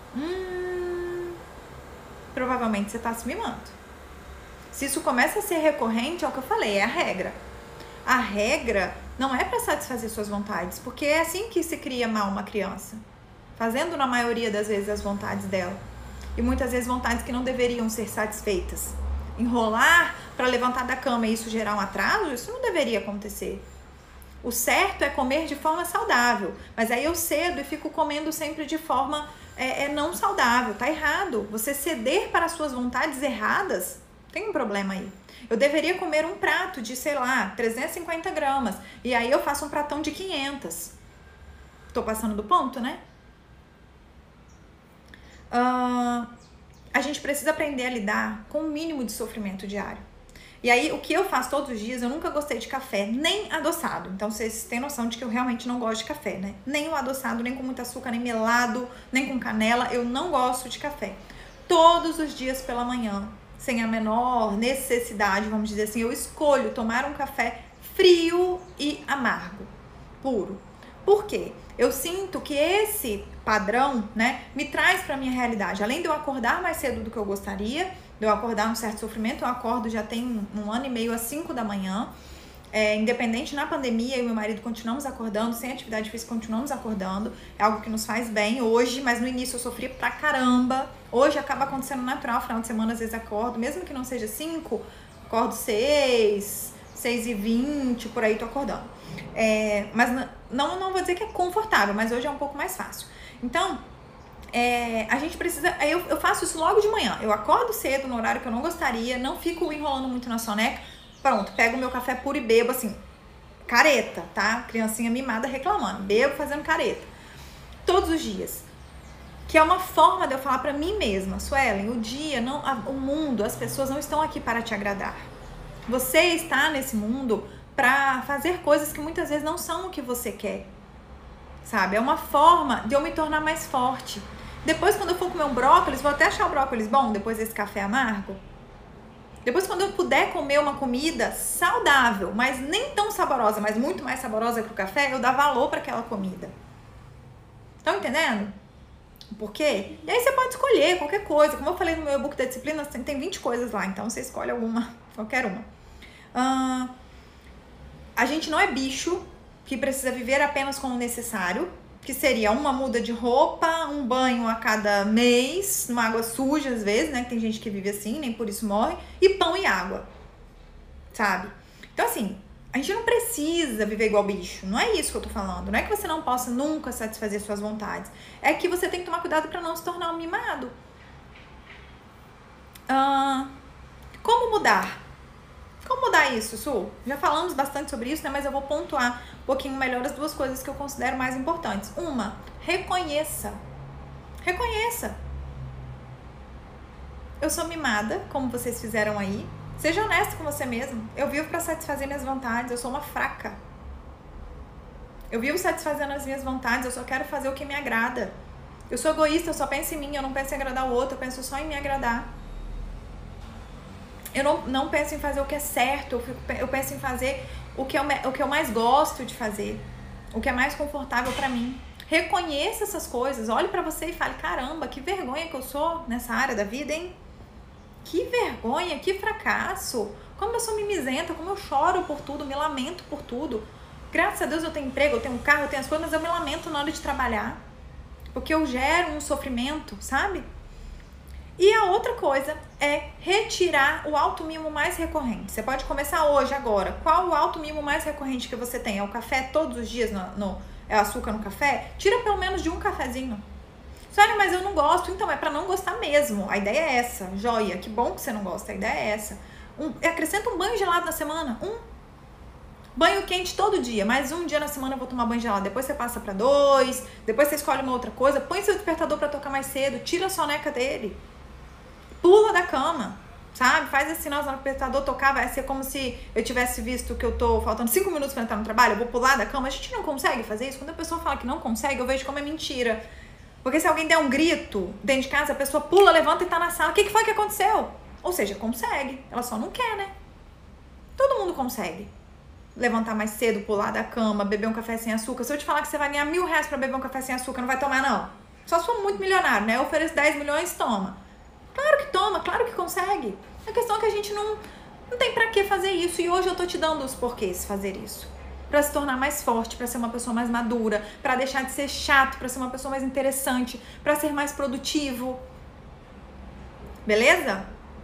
hum, provavelmente você tá se mimando. Se isso começa a ser recorrente, é o que eu falei, é a regra. A regra não é para satisfazer suas vontades, porque é assim que se cria mal uma criança. Fazendo na maioria das vezes as vontades dela. E muitas vezes vontades que não deveriam ser satisfeitas. Enrolar para levantar da cama e isso gerar um atraso, isso não deveria acontecer. O certo é comer de forma saudável, mas aí eu cedo e fico comendo sempre de forma é, é não saudável. Tá errado. Você ceder para as suas vontades erradas, tem um problema aí. Eu deveria comer um prato de, sei lá, trezentas e cinquenta gramas. E aí eu faço um pratão de quinhentas. Tô passando do ponto, né? Uh, a gente precisa aprender a lidar com o mínimo de sofrimento diário. E aí, o que eu faço todos os dias, eu nunca gostei de café, nem adoçado. Então, vocês têm noção de que eu realmente não gosto de café, né? Nem o adoçado, nem com muito açúcar, nem melado, nem com canela. Eu não gosto de café. Todos os dias pela manhã, sem a menor necessidade, vamos dizer assim, eu escolho tomar um café frio e amargo, puro. Por quê? Eu sinto que esse padrão, né, me traz para minha realidade. Além de eu acordar mais cedo do que eu gostaria, de eu acordar um certo sofrimento, eu acordo já tem um ano e meio às cinco da manhã. É, independente, na pandemia, eu e meu marido continuamos acordando, sem atividade física continuamos acordando, é algo que nos faz bem hoje, mas no início eu sofri pra caramba, hoje acaba acontecendo natural, final de semana às vezes acordo, mesmo que não seja cinco, acordo seis, seis e vinte, por aí tô acordando, é, mas não, não vou dizer que é confortável, mas hoje é um pouco mais fácil. Então, é, a gente precisa, eu, eu faço isso logo de manhã, eu acordo cedo no horário que eu não gostaria, não fico enrolando muito na soneca. Pronto, pego o meu café puro e bebo assim, careta, tá? Criancinha mimada reclamando, bebo fazendo careta. Todos os dias. Que é uma forma de eu falar pra mim mesma, Suelen, o dia, não, a, o mundo, as pessoas não estão aqui para te agradar. Você está nesse mundo pra fazer coisas que muitas vezes não são o que você quer. Sabe? É uma forma de eu me tornar mais forte. Depois, quando eu for comer um brócolis, vou até achar o brócolis bom depois desse café amargo. Depois, quando eu puder comer uma comida saudável, mas nem tão saborosa, mas muito mais saborosa que o café, eu dar valor para aquela comida. Estão entendendo? Por quê? E aí você pode escolher qualquer coisa. Como eu falei no meu e-book da disciplina, tem vinte coisas lá, então você escolhe alguma, qualquer uma. Uh, a gente não é bicho que precisa viver apenas com o necessário, que seria uma muda de roupa, um banho a cada mês, uma água suja às vezes, né? Que tem gente que vive assim, nem por isso morre, e pão e água, sabe? Então assim, a gente não precisa viver igual bicho, não é isso que eu tô falando. Não é que você não possa nunca satisfazer suas vontades, é que você tem que tomar cuidado pra não se tornar um mimado. Ah, como mudar? Como mudar isso, Su? Já falamos bastante sobre isso, né? Mas eu vou pontuar um pouquinho melhor as duas coisas que eu considero mais importantes. Uma, reconheça. Reconheça. Eu sou mimada, como vocês fizeram aí. Seja honesto com você mesmo. Eu vivo pra satisfazer minhas vontades. Eu sou uma fraca. Eu vivo satisfazendo as minhas vontades. Eu só quero fazer o que me agrada. Eu sou egoísta, eu só penso em mim. Eu não penso em agradar o outro. Eu penso só em me agradar. Eu não, não penso em fazer o que é certo, eu, fico, eu penso em fazer o que, eu, o que eu mais gosto de fazer, o que é mais confortável pra mim. Reconheça essas coisas, olhe pra você e fale, caramba, que vergonha que eu sou nessa área da vida, hein? Que vergonha, que fracasso, como eu sou mimizenta, como eu choro por tudo, me lamento por tudo. Graças a Deus eu tenho emprego, eu tenho um carro, eu tenho as coisas, mas eu me lamento na hora de trabalhar, porque eu gero um sofrimento, sabe? E a outra coisa é retirar o automimo mais recorrente. Você pode começar hoje, agora. Qual o automimo mais recorrente que você tem? É o café todos os dias? No, no, é açúcar no café? Tira pelo menos de um cafezinho. Sério, mas eu não gosto. Então, é pra não gostar mesmo. A ideia é essa. Joia, que bom que você não gosta. A ideia é essa. Um, acrescenta um banho gelado na semana. Um. Banho quente todo dia. Mais um dia na semana eu vou tomar banho gelado. Depois você passa pra dois. Depois você escolhe uma outra coisa. Põe seu despertador pra tocar mais cedo. Tira a soneca dele. Pula da cama, sabe? Faz esse sinal no despertador tocar, vai ser como se eu tivesse visto que eu tô faltando cinco minutos pra entrar no trabalho, eu vou pular da cama. A gente não consegue fazer isso. Quando a pessoa fala que não consegue, eu vejo como é mentira. Porque se alguém der um grito dentro de casa, a pessoa pula, levanta e tá na sala. O que, que foi que aconteceu? Ou seja, consegue. Ela só não quer, né? Todo mundo consegue. Levantar mais cedo, pular da cama, beber um café sem açúcar. Se eu te falar que você vai ganhar mil reais pra beber um café sem açúcar, não vai tomar, não. Só se for muito milionário, né? Eu ofereço dez milhões, toma. Claro que toma, claro que consegue. A questão é que a gente não, não tem pra que fazer isso. E hoje eu tô te dando os porquês de fazer isso. Pra se tornar mais forte, pra ser uma pessoa mais madura, pra deixar de ser chato, pra ser uma pessoa mais interessante, pra ser mais produtivo. Beleza?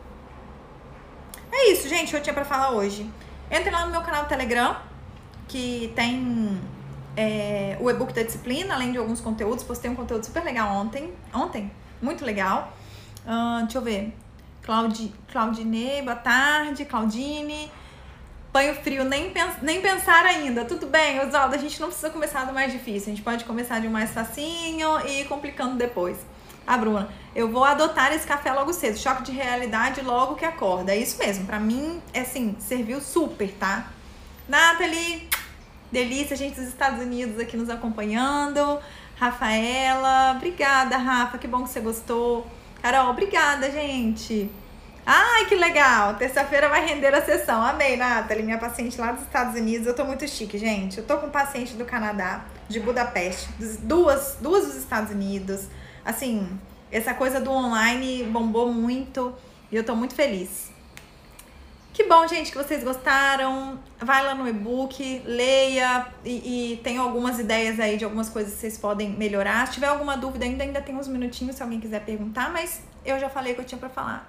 É isso, gente, que eu tinha pra falar hoje. Entre lá no meu canal do Telegram, que tem é, o e-book da disciplina, além de alguns conteúdos. Postei um conteúdo super legal ontem. Ontem, muito legal. Uh, deixa eu ver. Claudi, Claudine, boa tarde. Claudine. Banho frio, nem, pens, nem pensar ainda. Tudo bem, Oswaldo, a gente não precisa começar do mais difícil. A gente pode começar de um mais facinho e ir complicando depois. A Bruna, eu vou adotar esse café logo cedo. Choque de realidade logo que acorda. É isso mesmo. Pra mim, é assim, serviu super, tá? Nathalie, delícia, gente dos Estados Unidos aqui nos acompanhando. Rafaela, obrigada, Rafa, que bom que você gostou. Carol, obrigada, gente. Ai, que legal. Terça-feira vai render a sessão. Amei, Nathalie, minha paciente lá dos Estados Unidos. Eu tô muito chique, gente. Eu tô com um paciente do Canadá, de Budapeste, duas, duas dos Estados Unidos. Assim, essa coisa do online bombou muito e eu tô muito feliz. Que bom, gente, que vocês gostaram. Vai lá no e-book, leia e, e tem algumas ideias aí de algumas coisas que vocês podem melhorar. Se tiver alguma dúvida ainda, ainda tem uns minutinhos se alguém quiser perguntar, mas eu já falei o que eu tinha pra falar.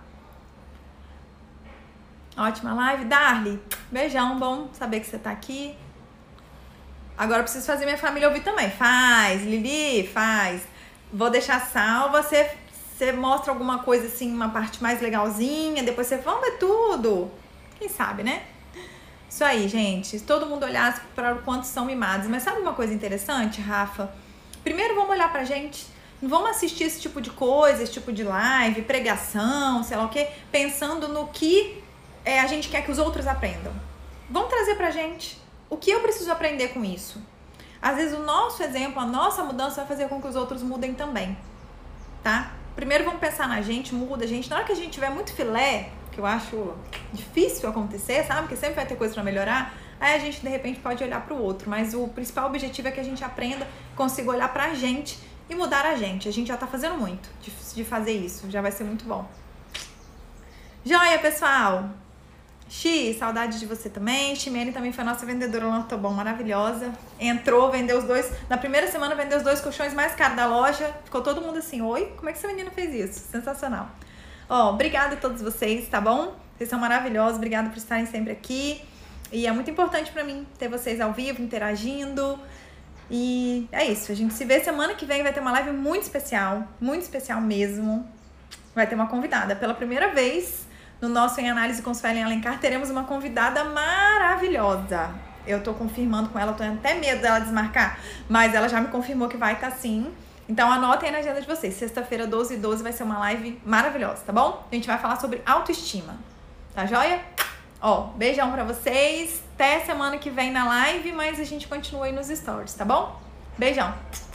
Ótima live. Darly, beijão, bom saber que você tá aqui. Agora eu preciso fazer minha família ouvir também. Faz, Lili, faz. Vou deixar salva, você, você mostra alguma coisa assim, uma parte mais legalzinha, depois você, vamos ver tudo. Quem sabe, né? Isso aí, gente. Se todo mundo olhasse para o quanto são mimados. Mas sabe uma coisa interessante, Rafa? Primeiro vamos olhar pra gente. Não vamos assistir esse tipo de coisa, esse tipo de live, pregação, sei lá o quê, pensando no que é, a gente quer que os outros aprendam. Vamos trazer pra gente. O que eu preciso aprender com isso? Às vezes o nosso exemplo, a nossa mudança vai fazer com que os outros mudem também. Tá? Primeiro vamos pensar na gente, muda a gente. Na hora que a gente tiver muito filé, que eu acho difícil acontecer, sabe? Porque sempre vai ter coisa pra melhorar. Aí a gente, de repente, pode olhar pro outro. Mas o principal objetivo é que a gente aprenda, consiga olhar pra gente e mudar a gente. A gente já tá fazendo muito de, de fazer isso. Já vai ser muito bom. Joia, pessoal! Xi, saudade de você também. Ximene também foi nossa vendedora lá no Tobão, maravilhosa. Entrou, vendeu os dois. Na primeira semana, vendeu os dois colchões mais caros da loja. Ficou todo mundo assim, oi, como é que essa menina fez isso? Sensacional. Ó, obrigada a todos vocês, tá bom? Vocês são maravilhosos, obrigada por estarem sempre aqui. E é muito importante pra mim ter vocês ao vivo, interagindo. E é isso, a gente se vê semana que vem, vai ter uma live muito especial, muito especial mesmo. Vai ter uma convidada. Pela primeira vez no nosso Em Análise com Suelen Alencar, teremos uma convidada maravilhosa. Eu tô confirmando com ela, tô tendo até medo dela desmarcar, mas ela já me confirmou que vai estar sim. Então anotem aí na agenda de vocês, sexta-feira, doze e doze, vai ser uma live maravilhosa, tá bom? A gente vai falar sobre autoestima, tá joia? Ó, beijão pra vocês, até semana que vem na live, mas a gente continua aí nos stories, tá bom? Beijão!